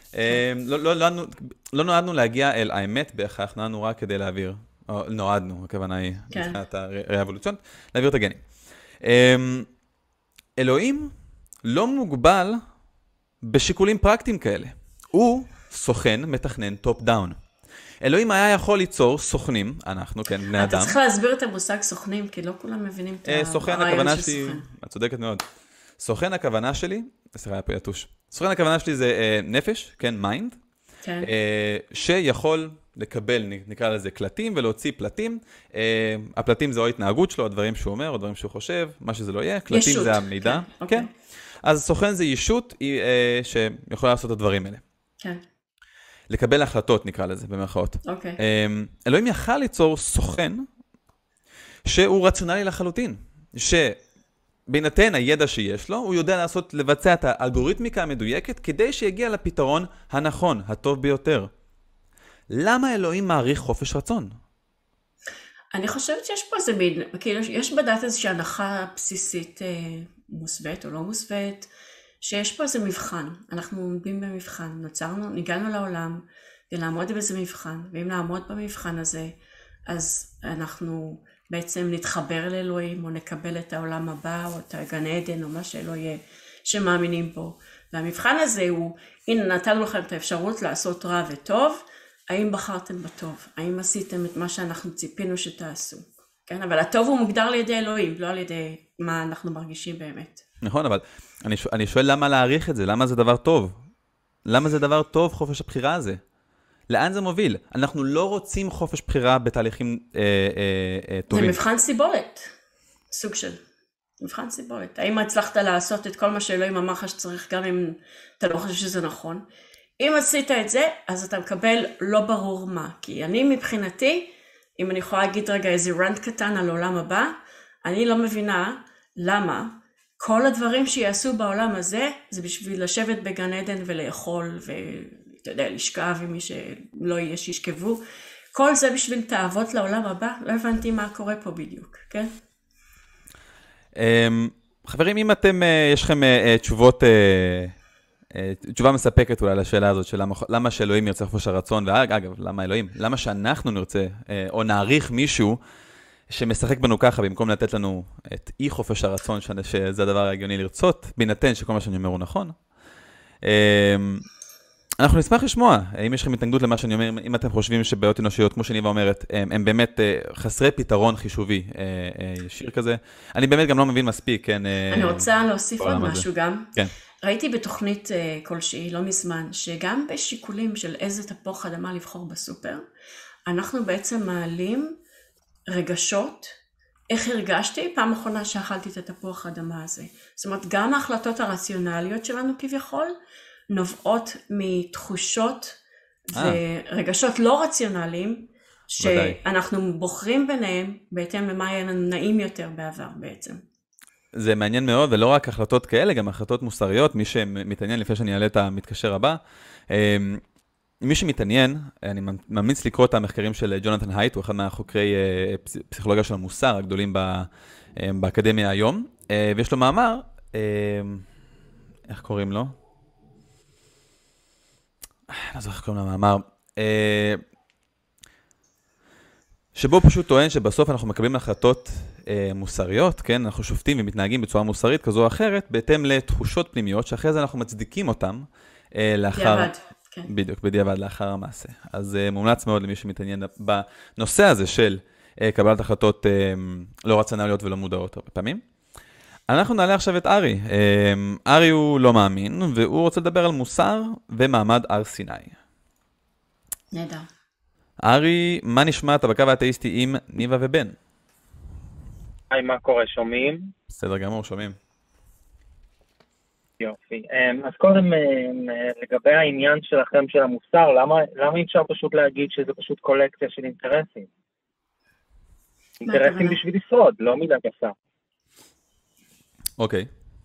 לא נולדנו להגיע אל האמת בהכרח, נולדנו רק כדי להעביר, או נועדנו, הכוונה היא, מבחינת האבולוציון, להעביר את הגנים. אלוהים לא מוגבל בשיקולים פרקטיים כאלה. הוא סוכן, מתכנן, טופ דאון. אלוהים היה יכול ליצור סוכנים, אנחנו, כן, בני אדם. אתה צריך להסביר את המושג סוכנים, כי לא כולם מבינים את הרעיון של סוכן. את צודקת מאוד. סוכן הכוונה שלי, סליחה, היה פה יתוש. סוכן הכוונה שלי זה נפש, כן, מיינד, שיכול לקבל, נקרא לזה, קלטים ולהוציא פלטים. הפלטים זה או התנהגות שלו, הדברים שהוא אומר, או דברים שהוא חושב, מה שזה לא יהיה. קלטים זה המידע. כן. אז סוכן זה ישות שיכולה לעשות את הדברים האלה. כן. לקבל החלטות, נקרא לזה, במרכאות. אוקיי. אלוהים יכל ליצור סוכן שהוא רציונלי לחלוטין, בהינתן הידע שיש לו, הוא יודע לעשות, לבצע את האלגוריתמיקה המדויקת, כדי שיגיע לפתרון הנכון, הטוב ביותר. למה אלוהים מעריך חופש רצון? אני חושבת שיש פה איזה מין, כאילו, יש בדעת איזושהי הנחה בסיסית אה, מוסווית או לא מוסווית, שיש פה איזה מבחן. אנחנו עומדים במבחן, נוצרנו, ניגענו לעולם, כדי לעמוד באיזה מבחן, ואם לעמוד במבחן הזה, אז אנחנו בעצם נתחבר לאלוהים, או נקבל את העולם הבא, או את הגן עדן, או מה שלא יהיה, שמאמינים בו. והמבחן הזה הוא, הנה נתנו לכם את האפשרות לעשות רע וטוב, האם בחרתם בטוב? האם עשיתם את מה שאנחנו ציפינו שתעשו? כן? אבל הטוב הוא מוגדר על ידי אלוהים, לא על ידי מה אנחנו מרגישים באמת. נכון, אבל אני, אני שואל למה להעריך את זה? למה זה דבר טוב? למה זה דבר טוב, חופש הבחירה הזה? לאן זה מוביל? אנחנו לא רוצים חופש בחירה בתהליכים אה, אה, אה, טובים. זה מבחן סיבולת, סוג של מבחן סיבולת. האם הצלחת לעשות את כל מה שאלוהים אמר לך שצריך, גם אם אתה לא חושב שזה נכון? אם עשית את זה, אז אתה מקבל לא ברור מה. כי אני מבחינתי, אם אני יכולה להגיד רגע איזה רנט קטן על העולם הבא, אני לא מבינה למה כל הדברים שיעשו בעולם הזה, זה בשביל לשבת בגן עדן ולאכול, ואתה יודע, לשכב עם מי שלא יהיה שישכבו. כל זה בשביל תאוות לעולם הבא, לא הבנתי מה קורה פה בדיוק, כן? חברים, אם אתם, יש לכם תשובות... תשובה מספקת אולי לשאלה הזאת של למה, למה שאלוהים ירצה חופש הרצון, ואגב, למה אלוהים? למה שאנחנו נרצה, או נעריך מישהו שמשחק בנו ככה, במקום לתת לנו את אי חופש הרצון, שזה הדבר ההגיוני לרצות, בהינתן שכל מה שאני אומר הוא נכון. אנחנו נשמח לשמוע, אם יש לכם התנגדות למה שאני אומר, אם אתם חושבים שבעיות אנושיות, כמו שניבה אומרת, הם באמת חסרי פתרון חישובי, ישיר כזה. אני באמת גם לא מבין מספיק, כן. אני רוצה להוסיף עוד משהו גם. כן. ראיתי בתוכנית כלשהי, לא מזמן, שגם בשיקולים של איזה תפוח אדמה לבחור בסופר, אנחנו בעצם מעלים רגשות, איך הרגשתי פעם אחרונה שאכלתי את התפוח האדמה הזה. זאת אומרת, גם ההחלטות הרציונליות שלנו כביכול, נובעות מתחושות ורגשות לא רציונליים, שאנחנו בוחרים ביניהם, בהתאם למה היה לנו נעים יותר בעבר בעצם. זה מעניין מאוד, ולא רק החלטות כאלה, גם החלטות מוסריות, מי שמתעניין לפני שאני אעלה את המתקשר הבא. מי שמתעניין, אני ממליץ לקרוא את המחקרים של ג'ונתן הייט, הוא אחד מהחוקרי פסיכולוגיה של המוסר הגדולים באקדמיה היום, ויש לו מאמר, איך קוראים לו? לא זוכר איך קוראים למאמר, שבו הוא פשוט טוען שבסוף אנחנו מקבלים החלטות אה, מוסריות, כן? אנחנו שופטים ומתנהגים בצורה מוסרית כזו או אחרת, בהתאם לתחושות פנימיות, שאחרי זה אנחנו מצדיקים אותם אה, לאחר... בדיעבד, כן. בדיוק, בדיעבד לאחר המעשה. אז אה, מומלץ מאוד למי שמתעניין בנושא הזה של אה, קבלת החלטות אה, לא רציונליות ולא מודעות הרבה פעמים. אנחנו נעלה עכשיו את ארי. אה, ארי הוא לא מאמין, והוא רוצה לדבר על מוסר ומעמד הר סיני. נהדר. ארי, מה נשמע אתה בקו האתאיסטי עם ניבה ובן? היי, מה קורה? שומעים? בסדר גמור, שומעים. יופי. אז קודם, לגבי העניין שלכם של המוסר, למה, למה אי אפשר פשוט להגיד שזה פשוט קולקציה של אינטרסים? אינטרסים בשביל לשרוד, לא מילה גסה. אוקיי.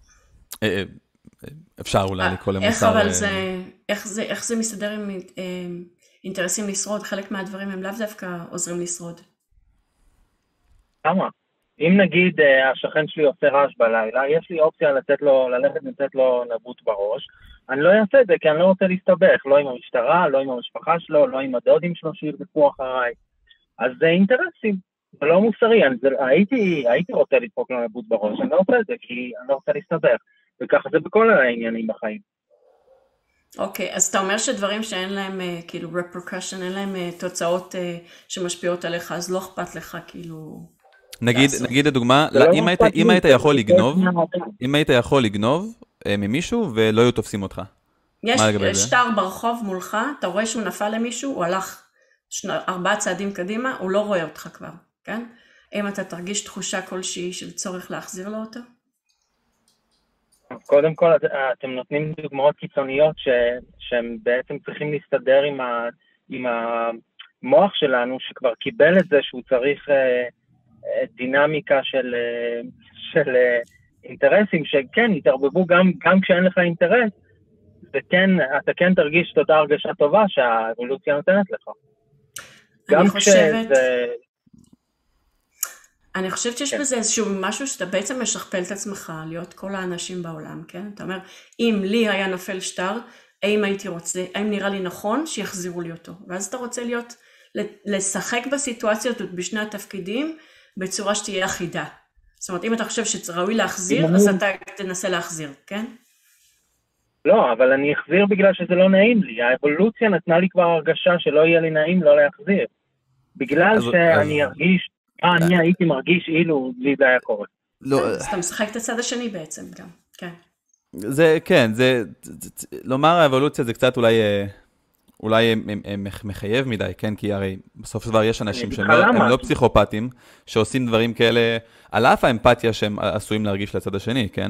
אפשר אולי לקרוא למוסר... איך אבל זה, איך זה, איך זה מסתדר עם... אינטרסים לשרוד, חלק מהדברים הם לאו דווקא עוזרים לשרוד. למה? אם נגיד השכן שלי עושה רעש בלילה, יש לי אופציה לתת לו, ללכת לתת לו נבוט בראש, אני לא אעשה את זה כי אני לא רוצה להסתבך, לא עם המשטרה, לא עם המשפחה שלו, לא עם הדודים שלו שירדפו אחריי. אז זה אינטרסים, זה לא מוסרי, אני, זה, הייתי, הייתי רוצה לדפוק לו נבוט בראש, אני לא עושה את זה כי אני לא רוצה להסתבך, וככה זה בכל העניינים בחיים. אוקיי, אז אתה אומר שדברים שאין להם כאילו repercussion, אין להם תוצאות שמשפיעות עליך, אז לא אכפת לך כאילו... נגיד, נגיד לדוגמה, אם היית יכול לגנוב, אם היית יכול לגנוב ממישהו ולא היו תופסים אותך. יש שטר ברחוב מולך, אתה רואה שהוא נפל למישהו, הוא הלך ארבעה צעדים קדימה, הוא לא רואה אותך כבר, כן? אם אתה תרגיש תחושה כלשהי של צורך להחזיר לו אותו? קודם כל, אתם נותנים דוגמאות קיצוניות שהם בעצם צריכים להסתדר עם, ה, עם המוח שלנו, שכבר קיבל את זה שהוא צריך דינמיקה של, של אינטרסים שכן יתערבבו גם, גם כשאין לך אינטרס, וכן, אתה כן תרגיש את אותה הרגשה טובה שהאבולוציה נותנת לך. אני חושבת, כשזה... אני חושבת שיש כן. בזה איזשהו משהו שאתה בעצם משכפל את עצמך, להיות כל האנשים בעולם, כן? אתה אומר, אם לי היה נופל שטר, האם הייתי רוצה, האם נראה לי נכון שיחזירו לי אותו? ואז אתה רוצה להיות, לשחק בסיטואציות בשני התפקידים, בצורה שתהיה אחידה. זאת אומרת, אם אתה חושב שראוי להחזיר, אז אתה תנסה להחזיר, כן? לא, אבל אני אחזיר בגלל שזה לא נעים לי. האבולוציה נתנה לי כבר הרגשה שלא יהיה לי נעים לא להחזיר. בגלל שאני ארגיש, אה, אני הייתי מרגיש אילו לי זה היה קורה. אז אתה משחק את הצד השני בעצם גם, כן. זה, כן, זה, לומר האבולוציה זה קצת אולי, אולי מחייב מדי, כן? כי הרי בסוף של דבר יש אנשים שהם לא פסיכופטים, שעושים דברים כאלה, על אף האמפתיה שהם עשויים להרגיש לצד השני, כן?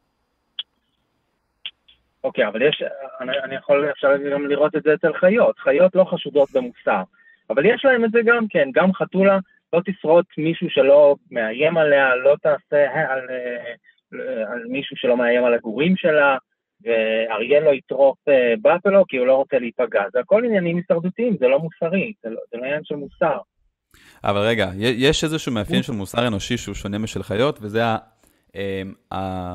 אוקיי, אבל יש, אני, אני יכול אפשר גם לראות את זה אצל חיות. חיות לא חשודות במוסר, אבל יש להם את זה גם כן. גם חתולה לא תשרוט מישהו שלא מאיים עליה, לא תעשה על, על מישהו שלא מאיים על הגורים שלה, ואריה לא יטרוף בפלו כי הוא לא רוצה להיפגע. זה הכל עניינים הישרדותיים, זה לא מוסרי, זה לא, זה לא עניין של מוסר. אבל רגע, יש איזשהו מאפיין של מוסר אנושי שהוא שונה משל חיות, וזה ה... ה...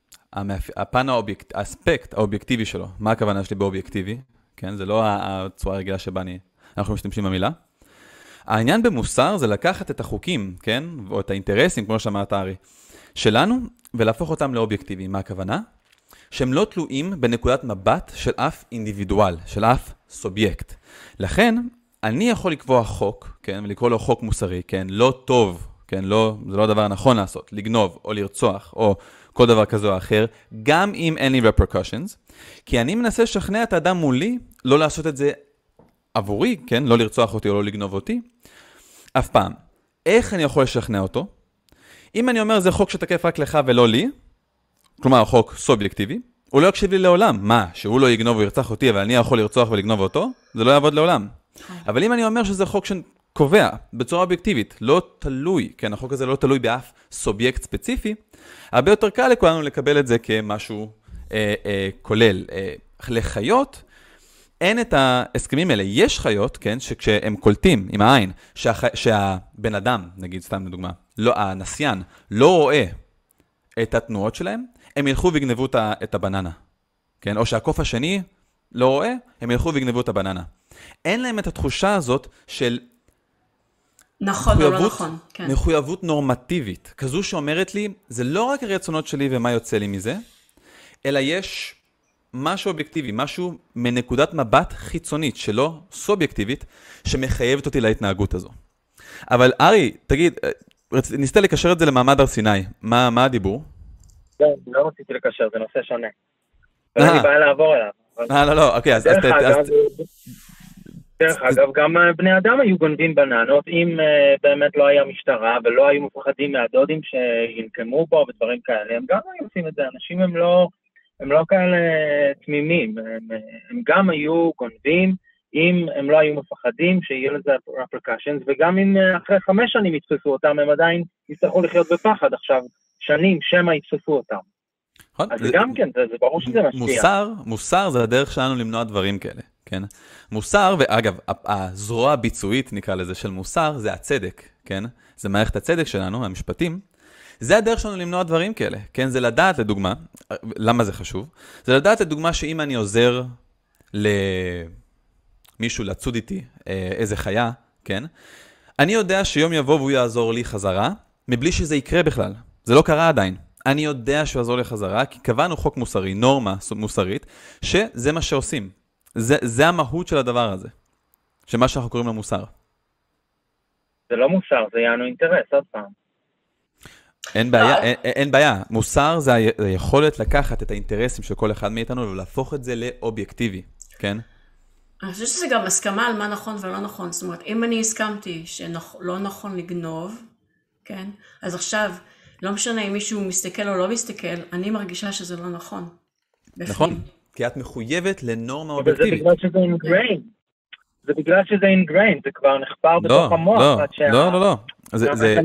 הפן האובייקט, האספקט האובייקטיבי שלו. מה הכוונה שלי באובייקטיבי? כן, זה לא הצורה הרגילה שבה אני, אנחנו משתמשים במילה. העניין במוסר זה לקחת את החוקים, כן, או את האינטרסים, כמו שאמרת ארי, שלנו, ולהפוך אותם לאובייקטיביים. מה הכוונה? שהם לא תלויים בנקודת מבט של אף אינדיבידואל, של אף סובייקט. לכן, אני יכול לקבוע חוק, כן, ולקרוא לו חוק מוסרי, כן, לא טוב, כן, לא, זה לא הדבר נכון לעשות, לגנוב או לרצוח, או כל דבר כזה או אחר, גם אם אין לי repercussions, כי אני מנסה לשכנע את האדם מולי, לא לעשות את זה עבורי, כן? לא לרצוח אותי או לא לגנוב אותי, אף פעם. איך אני יכול לשכנע אותו? אם אני אומר, זה חוק שתקף רק לך ולא לי, כלומר, חוק סובייקטיבי, הוא לא יקשיב לי לעולם. מה? שהוא לא יגנוב או ירצח אותי, אבל אני יכול לרצוח ולגנוב אותו? זה לא יעבוד לעולם. אבל אם אני אומר שזה חוק שקובע בצורה אובייקטיבית, לא תלוי, כן, החוק הזה לא תלוי באף סובייקט ספציפי, הרבה יותר קל לכולנו לקבל את זה כמשהו אה, אה, כולל. אה, לחיות, אין את ההסכמים האלה. יש חיות, כן, שכשהם קולטים עם העין, שהח... שהבן אדם, נגיד סתם לדוגמה, לא, הנסיין, לא רואה את התנועות שלהם, הם ילכו ויגנבו את הבננה. כן? או שהקוף השני לא רואה, הם ילכו ויגנבו את הבננה. אין להם את התחושה הזאת של נכון או לא נכון. כן. מחויבות נורמטיבית, כזו שאומרת לי, זה לא רק הרצונות שלי ומה יוצא לי מזה, אלא יש משהו אובייקטיבי, משהו מנקודת מבט חיצונית שלא סובייקטיבית, שמחייבת אותי להתנהגות הזו. אבל ארי, תגיד, ניסית לקשר את זה למעמד הר סיני, מה, מה הדיבור? לא, לא רציתי לקשר, זה נושא שונה. אבל אני בא לעבור אליו. אה, לא, לא, אוקיי, אז... דרך אגב, גם בני אדם היו גונבים בננות, אם באמת לא היה משטרה ולא היו מפחדים מהדודים שינקמו פה ודברים כאלה, הם גם היו עושים את זה, אנשים הם לא, הם לא כאלה תמימים, הם, הם גם היו גונבים, אם הם לא היו מפחדים שיהיו לזה repercussions, וגם אם אחרי חמש שנים יתפסו אותם, הם עדיין יצטרכו לחיות בפחד, עכשיו שנים שמא יתפסו אותם. אז זה גם כן, זה ברור שזה משפיע. מוסר, מוסר זה הדרך שלנו למנוע דברים כאלה. כן? מוסר, ואגב, הזרוע הביצועית נקרא לזה של מוסר, זה הצדק, כן? זה מערכת הצדק שלנו, המשפטים. זה הדרך שלנו למנוע דברים כאלה, כן? זה לדעת לדוגמה, למה זה חשוב? זה לדעת לדוגמה שאם אני עוזר למישהו לצוד איתי איזה חיה, כן? אני יודע שיום יבוא והוא יעזור לי חזרה, מבלי שזה יקרה בכלל. זה לא קרה עדיין. אני יודע שהוא יעזור לי חזרה, כי קבענו חוק מוסרי, נורמה מוסרית, שזה מה שעושים. זה, זה המהות של הדבר הזה, שמה שאנחנו קוראים לו מוסר. זה לא מוסר, זה יענו אינטרס, עוד פעם. אין בעיה, אין, אין בעיה. מוסר זה היכולת לקחת את האינטרסים של כל אחד מאיתנו ולהפוך את זה לאובייקטיבי, כן? אני חושבת שזה גם הסכמה על מה נכון ולא נכון. זאת אומרת, אם אני הסכמתי שלא נכון לגנוב, כן? אז עכשיו, לא משנה אם מישהו מסתכל או לא מסתכל, אני מרגישה שזה לא נכון. נכון. כי את מחויבת לנורמה אובייקטיבית. זה בגלל שזה אינגריין. זה בגלל שזה אינגריין, זה כבר נחפר בתוך המוח. לא, לא, לא.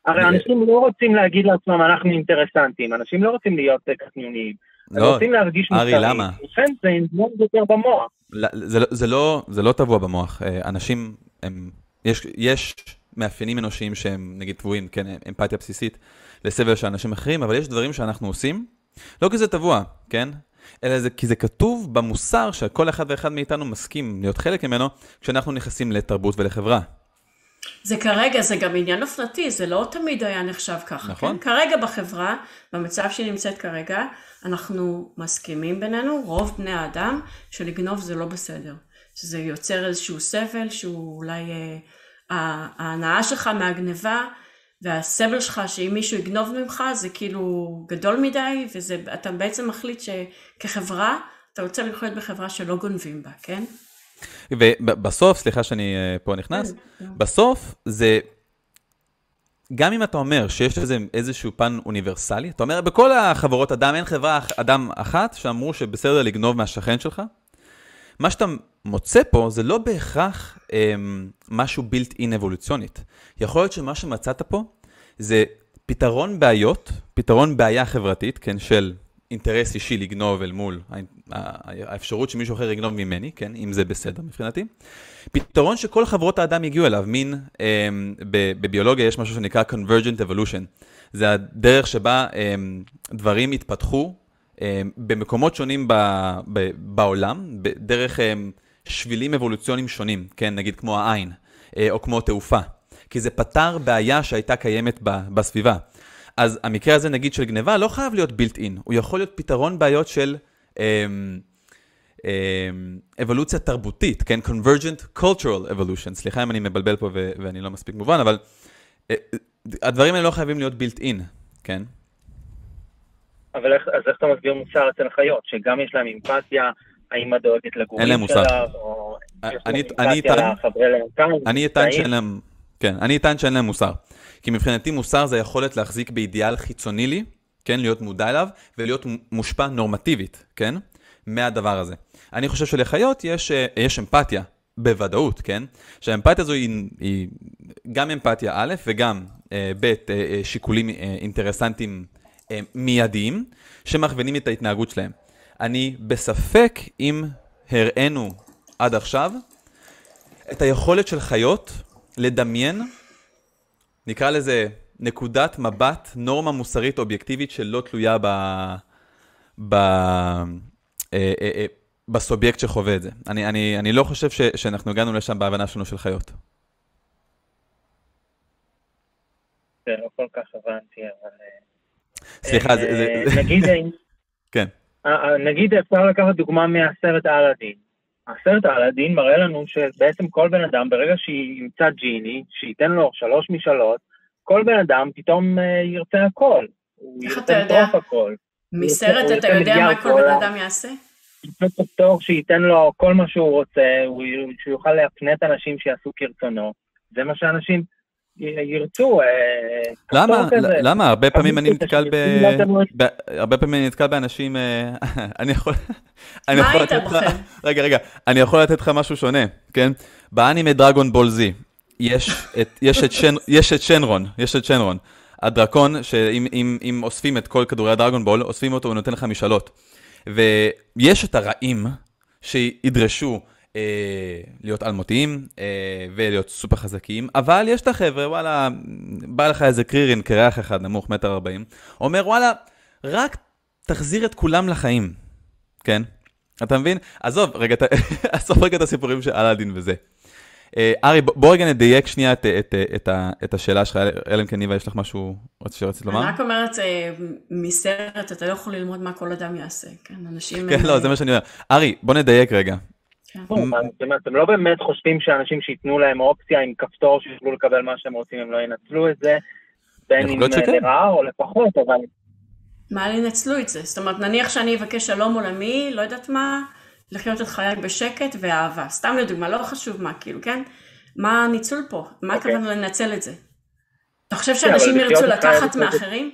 הרי אנשים לא רוצים להגיד לעצמם, אנחנו אינטרסנטים, אנשים לא רוצים להיות קטנוניים, הם רוצים להרגיש ארי, למה? לכן זה נדמה יותר במוח. זה לא טבוע במוח, אנשים, יש מאפיינים אנושיים שהם נגיד טבועים, כן, אמפתיה בסיסית לסבל של אנשים אחרים, אבל יש דברים שאנחנו עושים, לא כי זה טבוע, כן? אלא זה, כי זה כתוב במוסר שכל אחד ואחד מאיתנו מסכים להיות חלק ממנו, כשאנחנו נכנסים לתרבות ולחברה. זה כרגע, זה גם עניין אופנתי, זה לא תמיד היה נחשב ככה. נכון. כן? כרגע בחברה, במצב שנמצאת כרגע, אנחנו מסכימים בינינו, רוב בני האדם, שלגנוב זה לא בסדר. שזה יוצר איזשהו סבל, שהוא אולי אה, ההנאה שלך מהגניבה, והסבל שלך שאם מישהו יגנוב ממך, זה כאילו גדול מדי, ואתה בעצם מחליט שכחברה, אתה רוצה לחיות בחברה שלא גונבים בה, כן? ובסוף, סליחה שאני פה נכנס, בסוף זה, גם אם אתה אומר שיש לזה איזשהו פן אוניברסלי, אתה אומר, בכל החברות אדם, אין חברה אדם אחת שאמרו שבסדר לגנוב מהשכן שלך, מה שאתה מוצא פה זה לא בהכרח אה, משהו built in אבולוציונית. יכול להיות שמה שמצאת פה זה פתרון בעיות, פתרון בעיה חברתית, כן, של אינטרס אישי לגנוב אל מול האפשרות שמישהו אחר יגנוב ממני, כן, אם זה בסדר מבחינתי. פתרון שכל חברות האדם הגיעו אליו, מין, אה, בביולוגיה יש משהו שנקרא convergent evolution. זה הדרך שבה אה, דברים התפתחו, במקומות שונים בעולם, דרך שבילים אבולוציוניים שונים, כן, נגיד כמו העין, או כמו תעופה, כי זה פתר בעיה שהייתה קיימת בסביבה. אז המקרה הזה, נגיד, של גניבה, לא חייב להיות built in, הוא יכול להיות פתרון בעיות של אבולוציה תרבותית, כן, convergent cultural evolution, סליחה אם אני מבלבל פה ואני לא מספיק מובן, אבל הדברים האלה לא חייבים להיות built in, כן? אבל איך, אז איך אתה מסביר מוסר אצל החיות, שגם יש להם אמפתיה, האמא דואגת לגורים שלה, או יש להם אמפתיה לחברי לאמפתיה? אני אטען שאין להם, כן, אני אטען שאין להם מוסר. כי מבחינתי מוסר זה יכולת להחזיק באידיאל חיצוני לי, כן, להיות מודע אליו, ולהיות מושפע נורמטיבית, כן, מהדבר הזה. אני חושב שלחיות יש, יש אמפתיה, בוודאות, כן, שהאמפתיה הזו היא, היא גם אמפתיה א' וגם ב' שיקולים אינטרסנטיים מיידיים, שמכוונים את ההתנהגות שלהם. אני בספק אם הראינו עד עכשיו את היכולת של חיות לדמיין, נקרא לזה נקודת מבט, נורמה מוסרית אובייקטיבית שלא תלויה ב, ב, אה, אה, אה, בסובייקט שחווה את זה. אני, אני, אני לא חושב ש, שאנחנו הגענו לשם בהבנה שלנו של חיות. זה לא כל כך הבנתי, אבל... סליחה, זה... נגיד, כן. נגיד אפשר לקחת דוגמה מהסרט אלאדין. הסרט אלאדין מראה לנו שבעצם כל בן אדם, ברגע שימצא ג'יני, שייתן לו שלוש משאלות, כל בן אדם פתאום ירצה הכל. איך אתה יודע? מסרט אתה יודע מה כל בן אדם יעשה? ירצה כפתור שייתן לו כל מה שהוא רוצה, שהוא יוכל להפנות אנשים שיעשו כרצונו. זה מה שאנשים... ירצו, למה? למה? הרבה פעמים אני נתקל ב... הרבה פעמים אני נתקל באנשים... אני יכול... מה היית בכם? רגע, רגע, אני יכול לתת לך משהו שונה, כן? באנימה דרגון בול זי, יש את שנרון, יש את שנרון, הדרקון שאם אוספים את כל כדורי הדרגון בול, אוספים אותו ונותן לך משאלות. ויש את הרעים שידרשו להיות אלמותיים ולהיות סופר חזקיים, אבל יש את החבר'ה, וואלה, בא לך איזה קרירין, קרח אחד, נמוך, מטר ארבעים, אומר, וואלה, רק תחזיר את כולם לחיים, כן? אתה מבין? עזוב רגע, עזוב רגע את הסיפורים של אלאדין וזה. ארי, בוא רגע נדייק שנייה את, את, את, את השאלה שלך, אלא אם כן ניבה, יש לך משהו שרצית לומר? אני רק אומרת, מסרט, אתה לא יכול ללמוד מה כל אדם יעשה, כן? אנשים... כן, לא, זה מה שאני אומר. ארי, בוא נדייק רגע. אתם לא באמת חושבים שאנשים שיתנו להם אופציה עם כפתור שיוכלו לקבל מה שהם רוצים, הם לא ינצלו את זה, בין אם לרעה או לפחות, אבל... מה ינצלו את זה? זאת אומרת, נניח שאני אבקש שלום עולמי, לא יודעת מה, לחיות את חיי בשקט ואהבה. סתם לדוגמה, לא חשוב מה, כאילו, כן? מה הניצול פה? מה הכוונה לנצל את זה? אתה חושב שאנשים ירצו לקחת מאחרים?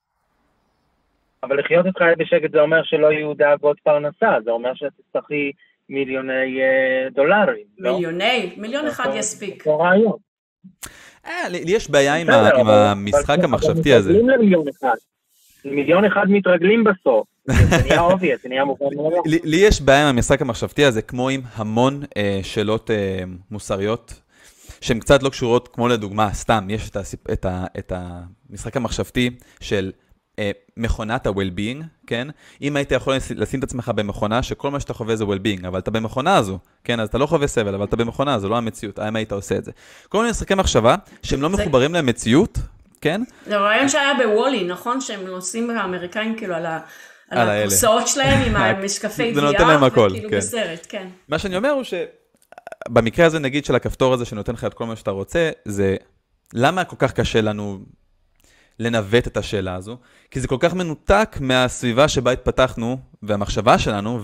אבל לחיות את חיי בשקט זה אומר שלא יהיו דאגות פרנסה, זה אומר שתצטרכי מיליוני דולרים. מיליוני? מיליון אחד יספיק. אה, לי יש בעיה עם המשחק המחשבתי הזה. מתרגלים למיליון אחד. מיליון אחד מתרגלים בסוף. זה נהיה obvious, זה נהיה מובן מאליו. לי יש בעיה עם המשחק המחשבתי הזה, כמו עם המון שאלות מוסריות, שהן קצת לא קשורות, כמו לדוגמה, סתם, יש את המשחק המחשבתי של מכונת ה-well-being, כן? אם היית יכול לשים את עצמך במכונה, שכל מה שאתה חווה זה well-being, אבל אתה במכונה הזו, כן? אז אתה לא חווה סבל, אבל אתה במכונה, זו לא המציאות, האם היית עושה את זה. כל מיני משחקי מחשבה, שהם לא מחוברים למציאות, כן? זה רעיון שהיה בוולי, נכון? שהם נוסעים האמריקאים כאילו על הכורסאות שלהם עם המשקפי זה נותן להם הכל, וכאילו כן. בסרט, כן. מה שאני אומר הוא שבמקרה הזה נגיד של הכפתור הזה שנותן לך את כל מה שאתה רוצה, זה למה כל כך קשה לנו לנווט את השאלה הזו? כי זה כל כך מנותק מהסביבה שבה התפתחנו, והמחשבה שלנו,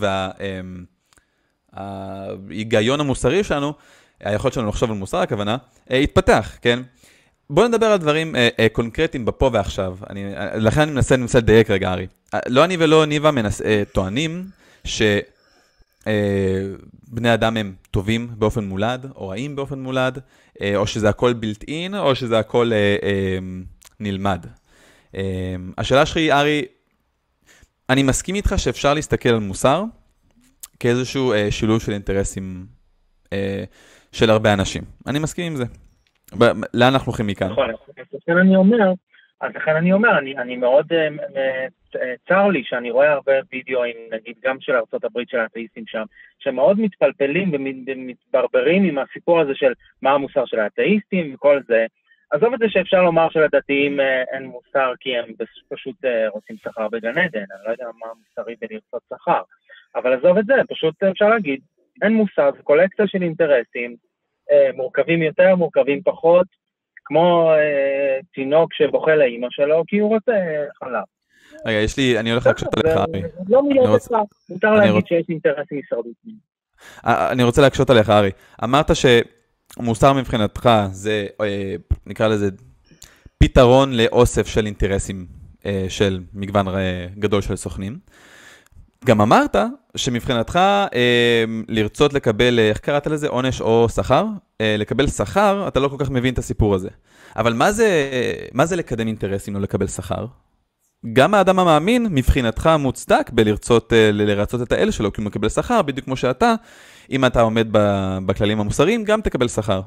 וההיגיון המוסרי שלנו, היכולת שלנו לחשוב על מוסר, הכוונה, התפתח, כן? בואו נדבר על דברים אה, אה, קונקרטיים בפה ועכשיו. אני, לכן אני מנסה, אני מנסה לדייק רגע, ארי. לא אני ולא ניבה מנס, אה, טוענים שבני אה, אדם הם טובים באופן מולד, או רעים באופן מולד, אה, או שזה הכל built in, או שזה הכל אה, אה, נלמד. אה, השאלה שלי, ארי, אני מסכים איתך שאפשר להסתכל על מוסר כאיזשהו אה, שילוב של אינטרסים אה, של הרבה אנשים. אני מסכים עם זה. לאן אנחנו הולכים מכאן? נכון, אז לכן אני אומר, אז לכן אני אומר, אני, אני מאוד uh, צר לי שאני רואה הרבה וידאוים, נגיד גם של ארצות הברית של האתאיסטים שם, שמאוד מתפלפלים ומתברברים עם הסיפור הזה של מה המוסר של האתאיסטים וכל זה. עזוב את זה שאפשר לומר שלדתיים אין מוסר כי הם פשוט רוצים שכר בגן עדן, אני לא יודע מה מוסרי בלרצות שכר, אבל עזוב את זה, פשוט אפשר להגיד, אין מוסר, זה קולקציה של אינטרסים, מורכבים יותר, מורכבים פחות, כמו אה, תינוק שבוכה לאמא שלו, כי הוא רוצה חלב. רגע, יש לי, אני הולך להקשות עליך, ארי. לא מיליון רוצה, מותר להגיד שיש אינטרסים הישרדותיים. אני רוצה להקשות עליך, ארי. אמרת שמוסר מבחינתך זה, נקרא לזה, פתרון לאוסף של אינטרסים של מגוון גדול של סוכנים. גם אמרת שמבחינתך אה, לרצות לקבל, איך קראת לזה, עונש או שכר? אה, לקבל שכר, אתה לא כל כך מבין את הסיפור הזה. אבל מה זה, מה זה לקדם אינטרסים לא לקבל שכר? גם האדם המאמין מבחינתך מוצדק בלרצות, אה, לרצות את האל שלו, כי הוא מקבל שכר, בדיוק כמו שאתה, אם אתה עומד בכללים המוסריים, גם תקבל שכר.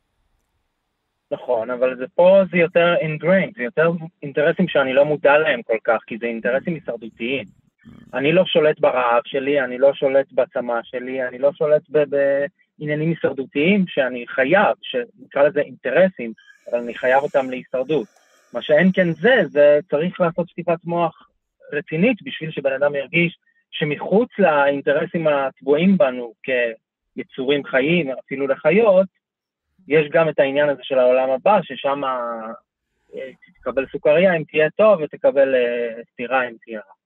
נכון, אבל זה פה זה יותר ingrained, זה יותר אינטרסים שאני לא מודע להם כל כך, כי זה אינטרסים הישרדותיים. אני לא שולט ברעב שלי, אני לא שולט בצמא שלי, אני לא שולט בעניינים הישרדותיים שאני חייב, שנקרא לזה אינטרסים, אבל אני חייב אותם להישרדות. מה שאין כן זה, זה צריך לעשות שטיפת מוח רצינית בשביל שבן אדם ירגיש שמחוץ לאינטרסים הטבועים בנו כיצורים חיים, אפילו לחיות, יש גם את העניין הזה של העולם הבא, ששם תקבל סוכריה אם תהיה טוב ותקבל סתירה אם תהיה רע.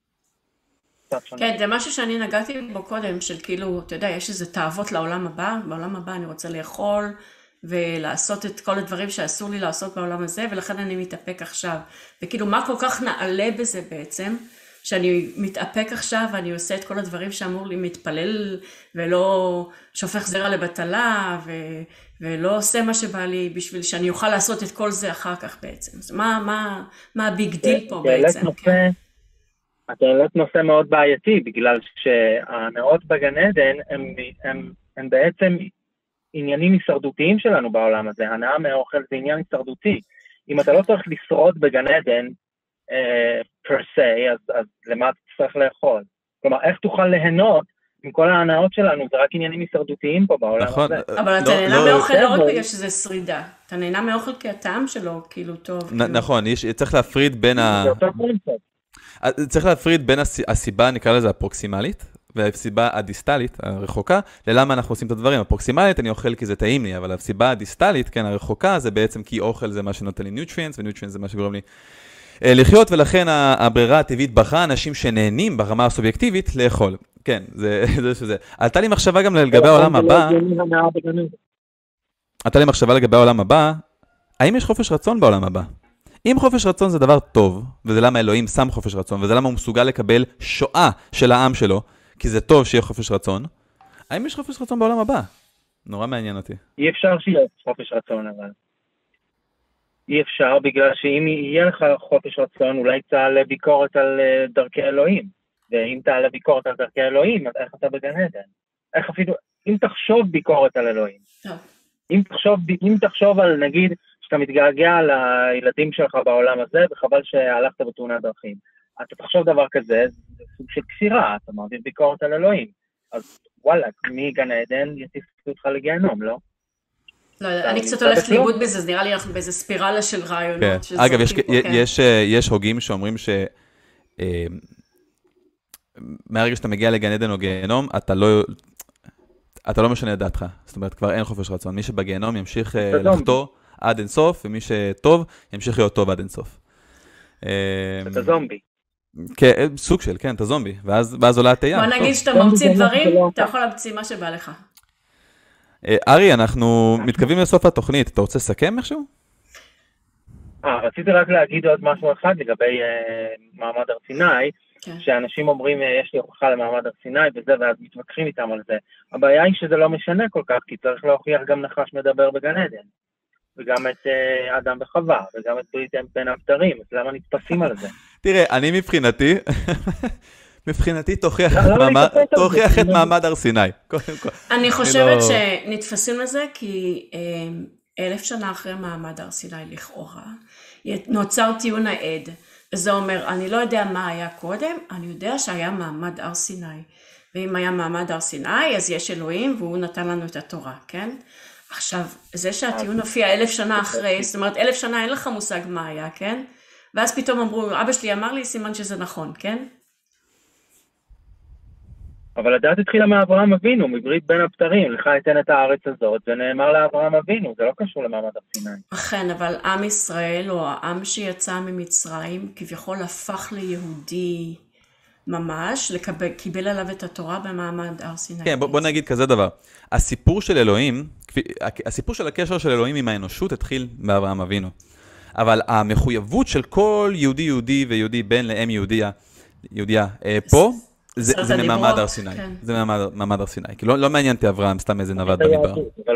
כן, זה משהו שאני נגעתי בו קודם, של כאילו, אתה יודע, יש איזה תאוות לעולם הבא, בעולם הבא אני רוצה לאכול, ולעשות את כל הדברים שאסור לי לעשות בעולם הזה, ולכן אני מתאפק עכשיו. וכאילו, מה כל כך נעלה בזה בעצם, שאני מתאפק עכשיו, ואני עושה את כל הדברים שאמור לי, מתפלל, ולא שופך זרע לבטלה, ו... ולא עושה מה שבא לי, בשביל שאני אוכל לעשות את כל זה אחר כך בעצם. אז מה, מה, מה הביג דיל פה בעצם? כן. אתה העלית נושא מאוד בעייתי, בגלל שהנאות בגן עדן הם, הם, הם בעצם עניינים הישרדותיים שלנו בעולם הזה. הנאה מאוכל זה עניין הישרדותי. אם אתה לא צריך לשרוד בגן עדן, פר סי, אז, אז למה אתה צריך לאכול? כלומר, איך תוכל ליהנות עם כל ההנאות שלנו? זה רק עניינים הישרדותיים פה בעולם נכון, הזה. אבל אתה נהנה מאוכל לא רק בגלל שזה שרידה. אתה נהנה מאוכל כי הטעם שלו כאילו טוב. נכון, יש, צריך להפריד בין ה... זה אותו פרינצפט. צריך להפריד בין הסיבה, נקרא לזה הפרוקסימלית, והסיבה הדיסטלית, הרחוקה, ללמה אנחנו עושים את הדברים. הפרוקסימלית אני אוכל כי זה טעים לי, אבל הסיבה הדיסטלית, כן, הרחוקה, זה בעצם כי אוכל זה מה שנותן לי ניוטריאנס, וניוטריאנס זה מה שגורם לי לחיות, ולכן הברירה הטבעית בחרה אנשים שנהנים ברמה הסובייקטיבית לאכול. כן, זה זה שזה. עלתה לי מחשבה גם לגבי העולם הבא. עלתה לי מחשבה לגבי העולם הבא, האם יש חופש רצון בעולם הבא? אם חופש רצון זה דבר טוב, וזה למה אלוהים שם חופש רצון, וזה למה הוא מסוגל לקבל שואה של העם שלו, כי זה טוב שיהיה חופש רצון, האם יש חופש רצון בעולם הבא? נורא מעניין אותי. אי אפשר שיהיה חופש רצון, אבל. אי אפשר, בגלל שאם יהיה לך חופש רצון, אולי תעלה ביקורת על דרכי אלוהים. ואם תעלה ביקורת על דרכי אלוהים, אז איך אתה בגן עדן? איך אפילו, אם תחשוב ביקורת על אלוהים. אם תחשוב, אם תחשוב על, נגיד, שאתה מתגעגע לילדים שלך בעולם הזה, וחבל שהלכת בתאונת דרכים. אתה תחשוב דבר כזה, זה סוג של כפירה, אתה מעביר ביקורת על אלוהים. אז וואלה, מגן עדן יטיסו אותך לגיהנום, לא? לא, אני קצת הולכת לאיבוד בזה, זה נראה לי אנחנו באיזה ספירלה של רעיונות. אגב, יש הוגים שאומרים ש... מהרגע שאתה מגיע לגן עדן או גיהנום, אתה לא... אתה לא משנה את דעתך. זאת אומרת, כבר אין חופש רצון. מי שבגיהנום ימשיך לחטוא עד אינסוף, ומי שטוב ימשיך להיות טוב עד אינסוף. אתה זומבי. כן, סוג של, כן, אתה זומבי. ואז עולה התייה. בוא נגיד שאתה ממציא דברים, אתה יכול להמציא מה שבא לך. ארי, אנחנו מתקרבים לסוף התוכנית. אתה רוצה לסכם איכשהו? אה, רציתי רק להגיד עוד משהו אחד לגבי מעמד הר סיני, שאנשים אומרים, יש לי הוכחה למעמד הר סיני וזה, ואז מתווכחים איתם על זה. הבעיה היא שזה לא משנה כל כך, כי צריך להוכיח גם נחש מדבר בגן עדן, וגם את אדם וחווה, וגם את ברית בין הבתרים, אז למה נתפסים על זה? תראה, אני מבחינתי, מבחינתי תוכיח את מעמד הר סיני. אני חושבת שנתפסים לזה, כי אלף שנה אחרי מעמד הר סיני לכאורה, נוצר טיעון העד, וזה אומר, אני לא יודע מה היה קודם, אני יודע שהיה מעמד הר סיני. ואם היה מעמד הר סיני, אז יש אלוהים, והוא נתן לנו את התורה, כן? עכשיו, זה שהטיעון הופיע אלף שנה אחרי, זאת אומרת, אלף שנה אין לך מושג מה היה, כן? ואז פתאום אמרו, אבא שלי אמר לי, סימן שזה נכון, כן? אבל הדת התחילה מאברהם אבינו, מברית בין הבתרים, לך ייתן את הארץ הזאת, ונאמר לאברהם אבינו, זה לא קשור למעמד הר סיני. אכן, אבל עם ישראל, או העם שיצא ממצרים, כביכול הפך ליהודי ממש, לקבל, קיבל עליו את התורה במעמד הר סיני. כן, בוא, בוא נגיד כזה דבר. הסיפור של אלוהים, הסיפור של הקשר של אלוהים עם האנושות התחיל באברהם אבינו. אבל המחויבות של כל יהודי יהודי ויהודי בן לאם יהודיה, יהודיה, פה, זה, זה ממעמד הר סיני. כן. זה ממעמד הר סיני. כי לא, לא מעניין אותי אברהם, סתם איזה נווד במדבר.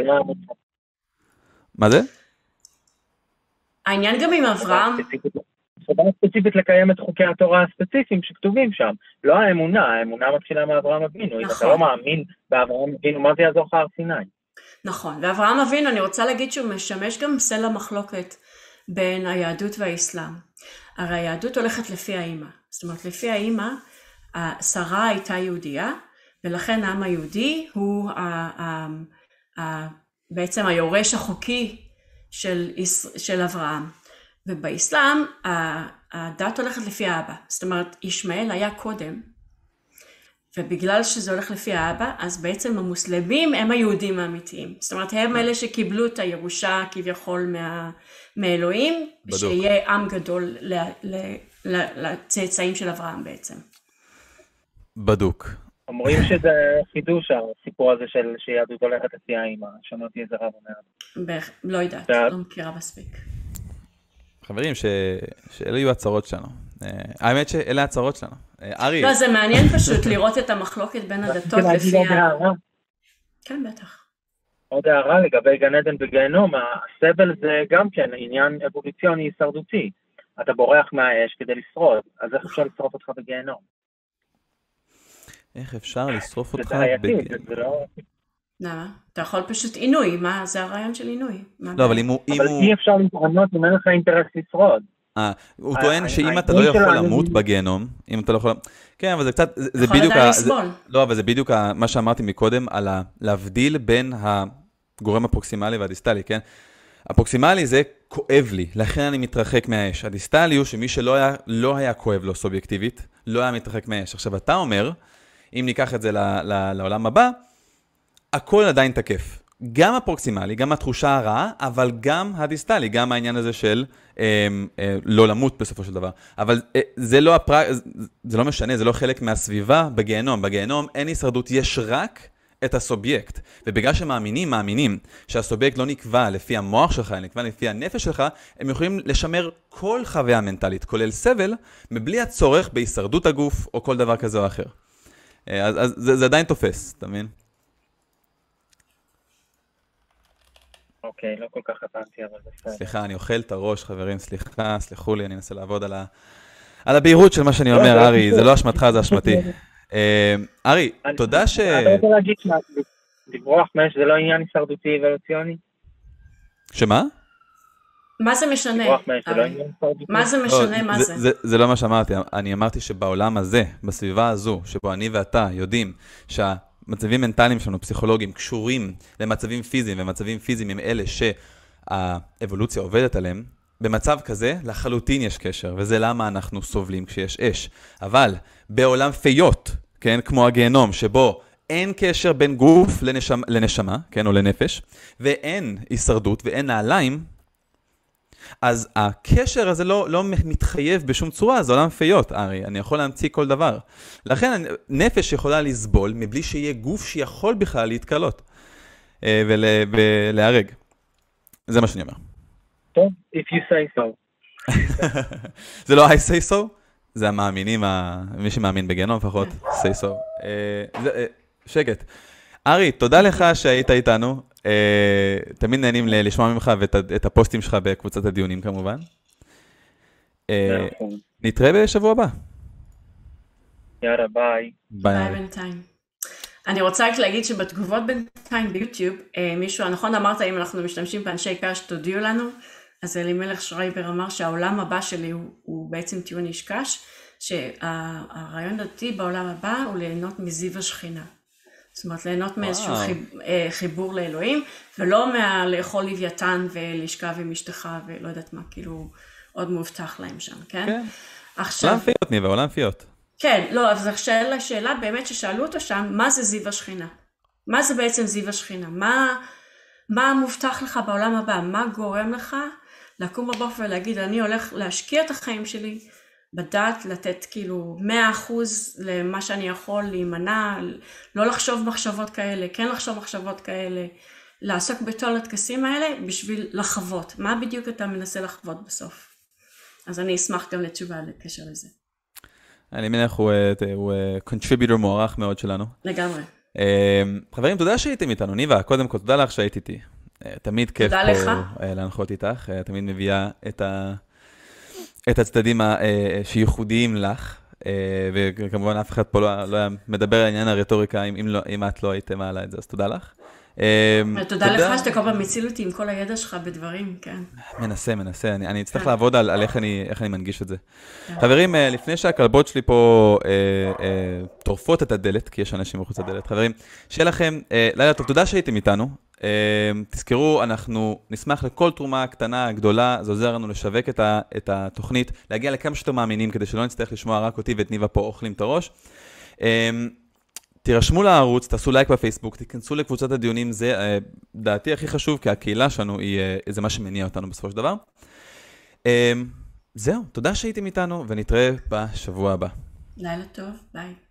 מה זה? העניין גם עם אברהם... חובה ספציפית לקיים את חוקי התורה הספציפיים שכתובים שם. לא האמונה, האמונה מתחילה מאברהם אבינו. אם אתה לא מאמין באברהם אבינו, מה זה יעזור לך הר סיני? נכון, ואברהם אבינו, אני רוצה להגיד שהוא משמש גם סלע מחלוקת בין היהדות והאסלאם. הרי היהדות הולכת לפי האמא. זאת אומרת, לפי האמא, שרה הייתה יהודייה, ולכן העם היהודי הוא ה, ה, ה, בעצם היורש החוקי של, של אברהם. ובאסלאם הדת הולכת לפי האבא. זאת אומרת, ישמעאל היה קודם, ובגלל שזה הולך לפי האבא, אז בעצם המוסלמים הם היהודים האמיתיים. זאת אומרת, הם אלה שקיבלו את הירושה כביכול מה, מאלוהים, בדוק. שיהיה עם גדול לצאצאים של אברהם בעצם. בדוק. אומרים שזה חידוש, הסיפור הזה של שיהדות הולכת לפי האמא. שמעתי איזה רב אומר. לא יודעת, לא מכירה מספיק. חברים, שאלה יהיו הצהרות שלנו. האמת שאלה הצהרות שלנו. ארי. לא, זה מעניין פשוט לראות את המחלוקת בין הדתות לפי ה... כן, בטח. עוד הערה לגבי גן עדן וגיהנום, הסבל זה גם כן עניין אבולוציוני הישרדותי. אתה בורח מהאש כדי לשרוד, אז איך אפשר לשרוף אותך בגיהנום? איך אפשר לשרוף אותך בגיהנום? למה? אתה יכול פשוט עינוי, מה? זה הרעיון של עינוי. לא, אבל אם הוא... אבל אי אפשר להתענות אם אין לך אינטרס לשרוד. אה, הוא טוען שאם אתה לא יכול למות בגיהנום, אם אתה לא יכול... כן, אבל זה קצת... זה בדיוק... לא, אבל זה בדיוק מה שאמרתי מקודם, על להבדיל בין הגורם הפרוקסימלי והדיסטלי, כן? הפרוקסימלי זה כואב לי, לכן אני מתרחק מהאש. הדיסטלי הוא שמי שלא היה כואב לו סובייקטיבית, לא היה מתרחק מהאש. עכשיו, אתה אומר, אם ניקח את זה לעולם הבא, הכל עדיין תקף. גם הפרוקסימלי, גם התחושה הרעה, אבל גם הדיסטלי, גם העניין הזה של אה, אה, לא למות בסופו של דבר. אבל אה, זה, לא הפר... זה לא משנה, זה לא חלק מהסביבה בגיהנום. בגיהנום אין הישרדות, יש רק את הסובייקט. ובגלל שמאמינים, מאמינים שהסובייקט לא נקבע לפי המוח שלך, נקבע לפי הנפש שלך, הם יכולים לשמר כל חוויה מנטלית, כולל סבל, מבלי הצורך בהישרדות הגוף או כל דבר כזה או אחר. אה, אז, אז זה, זה עדיין תופס, אתה מבין? אוקיי, לא כל כך הבנתי, אבל בסדר. סליחה, אני אוכל את הראש, חברים, סליחה, סליחו לי, אני אנסה לעבוד על ה... על הבהירות של מה שאני אומר, ארי, זה לא אשמתך, זה אשמתי. ארי, תודה ש... אתה רוצה להגיד לברוח מאש זה לא עניין הישרדותי ולא ציוני? שמה? מה זה משנה? לברוח מאש זה לא עניין הישרדותי? מה זה משנה, מה זה? זה לא מה שאמרתי, אני אמרתי שבעולם הזה, בסביבה הזו, שבו אני ואתה יודעים שהמצבים מנטליים שלנו, פסיכולוגיים, קשורים למצבים פיזיים, ומצבים פיזיים הם אלה שהאבולוציה עובדת עליהם, במצב כזה לחלוטין יש קשר, וזה למה אנחנו סובלים כשיש אש. אבל בעולם פיות, כן, כמו הגיהנום, שבו אין קשר בין גוף לנשמה, לנשמה, כן, או לנפש, ואין הישרדות ואין נעליים, אז הקשר הזה לא, לא מתחייב בשום צורה, זה עולם פיות, ארי, אני יכול להמציא כל דבר. לכן נפש יכולה לסבול מבלי שיהיה גוף שיכול בכלל להתקלות ול, ולהרג. זה מה שאני אומר. טוב, if you say so. זה לא I say so, זה המאמינים, מי שמאמין בגיהנום לפחות, say so. שקט. ארי, תודה לך שהיית איתנו. תמיד נהנים לשמוע ממך ואת הפוסטים שלך בקבוצת הדיונים כמובן. נתראה בשבוע הבא. יאללה, ביי. ביי בינתיים. אני רוצה רק להגיד שבתגובות בינתיים ביוטיוב, מישהו, נכון אמרת, אם אנחנו משתמשים באנשי קש, תודיעו לנו. אז אלימלך שרייבר אמר שהעולם הבא שלי הוא, הוא בעצם טיעון איש קש, שהרעיון דתי בעולם הבא הוא ליהנות מזיו השכינה. זאת אומרת, ליהנות מאיזשהו חיבור לאלוהים, ולא מהלאכול לוויתן ולשכב עם אשתך ולא יודעת מה, כאילו עוד מובטח להם שם, כן? כן. עכשיו... עולם פיות ניבה, עולם פיות. כן, לא, אז השאלה, השאלה באמת ששאלו אותו שם, מה זה זיו השכינה? מה זה בעצם זיו השכינה? מה, מה מובטח לך בעולם הבא? מה גורם לך לקום בבוקר ולהגיד, אני הולך להשקיע את החיים שלי, בדעת לתת כאילו מאה אחוז למה שאני יכול להימנע, לא לחשוב מחשבות כאלה, כן לחשוב מחשבות כאלה, לעסוק בכל הטקסים האלה בשביל לחוות. מה בדיוק אתה מנסה לחוות בסוף? אז אני אשמח גם לתשובה לקשר לזה. אני מניח הוא, הוא contributor מוערך מאוד שלנו. לגמרי. חברים, תודה שהייתם איתנו. ניבה, קודם כל, תודה לך שהיית איתי. תמיד כיף פה להנחות איתך. תמיד מביאה את ה... את הצדדים שייחודיים לך, וכמובן אף אחד פה לא היה מדבר על עניין הרטוריקה, אם את לא הייתם מעלה את זה, אז תודה לך. תודה לך שאתה כל פעם מציל אותי עם כל הידע שלך בדברים, כן. מנסה, מנסה, אני אצטרך לעבוד על איך אני מנגיש את זה. חברים, לפני שהכלבות שלי פה טורפות את הדלת, כי יש אנשים מחוץ לדלת, חברים, שיהיה לכם לילה טוב, תודה שהייתם איתנו. תזכרו, אנחנו נשמח לכל תרומה קטנה, גדולה, זה עוזר לנו לשווק את התוכנית, להגיע לכמה שאתם מאמינים, כדי שלא נצטרך לשמוע רק אותי ואת ניבה פה אוכלים את הראש. תירשמו לערוץ, תעשו לייק בפייסבוק, תיכנסו לקבוצת הדיונים, זה דעתי הכי חשוב, כי הקהילה שלנו היא איזה מה שמניע אותנו בסופו של דבר. זהו, תודה שהייתם איתנו, ונתראה בשבוע הבא. לילה טוב, ביי.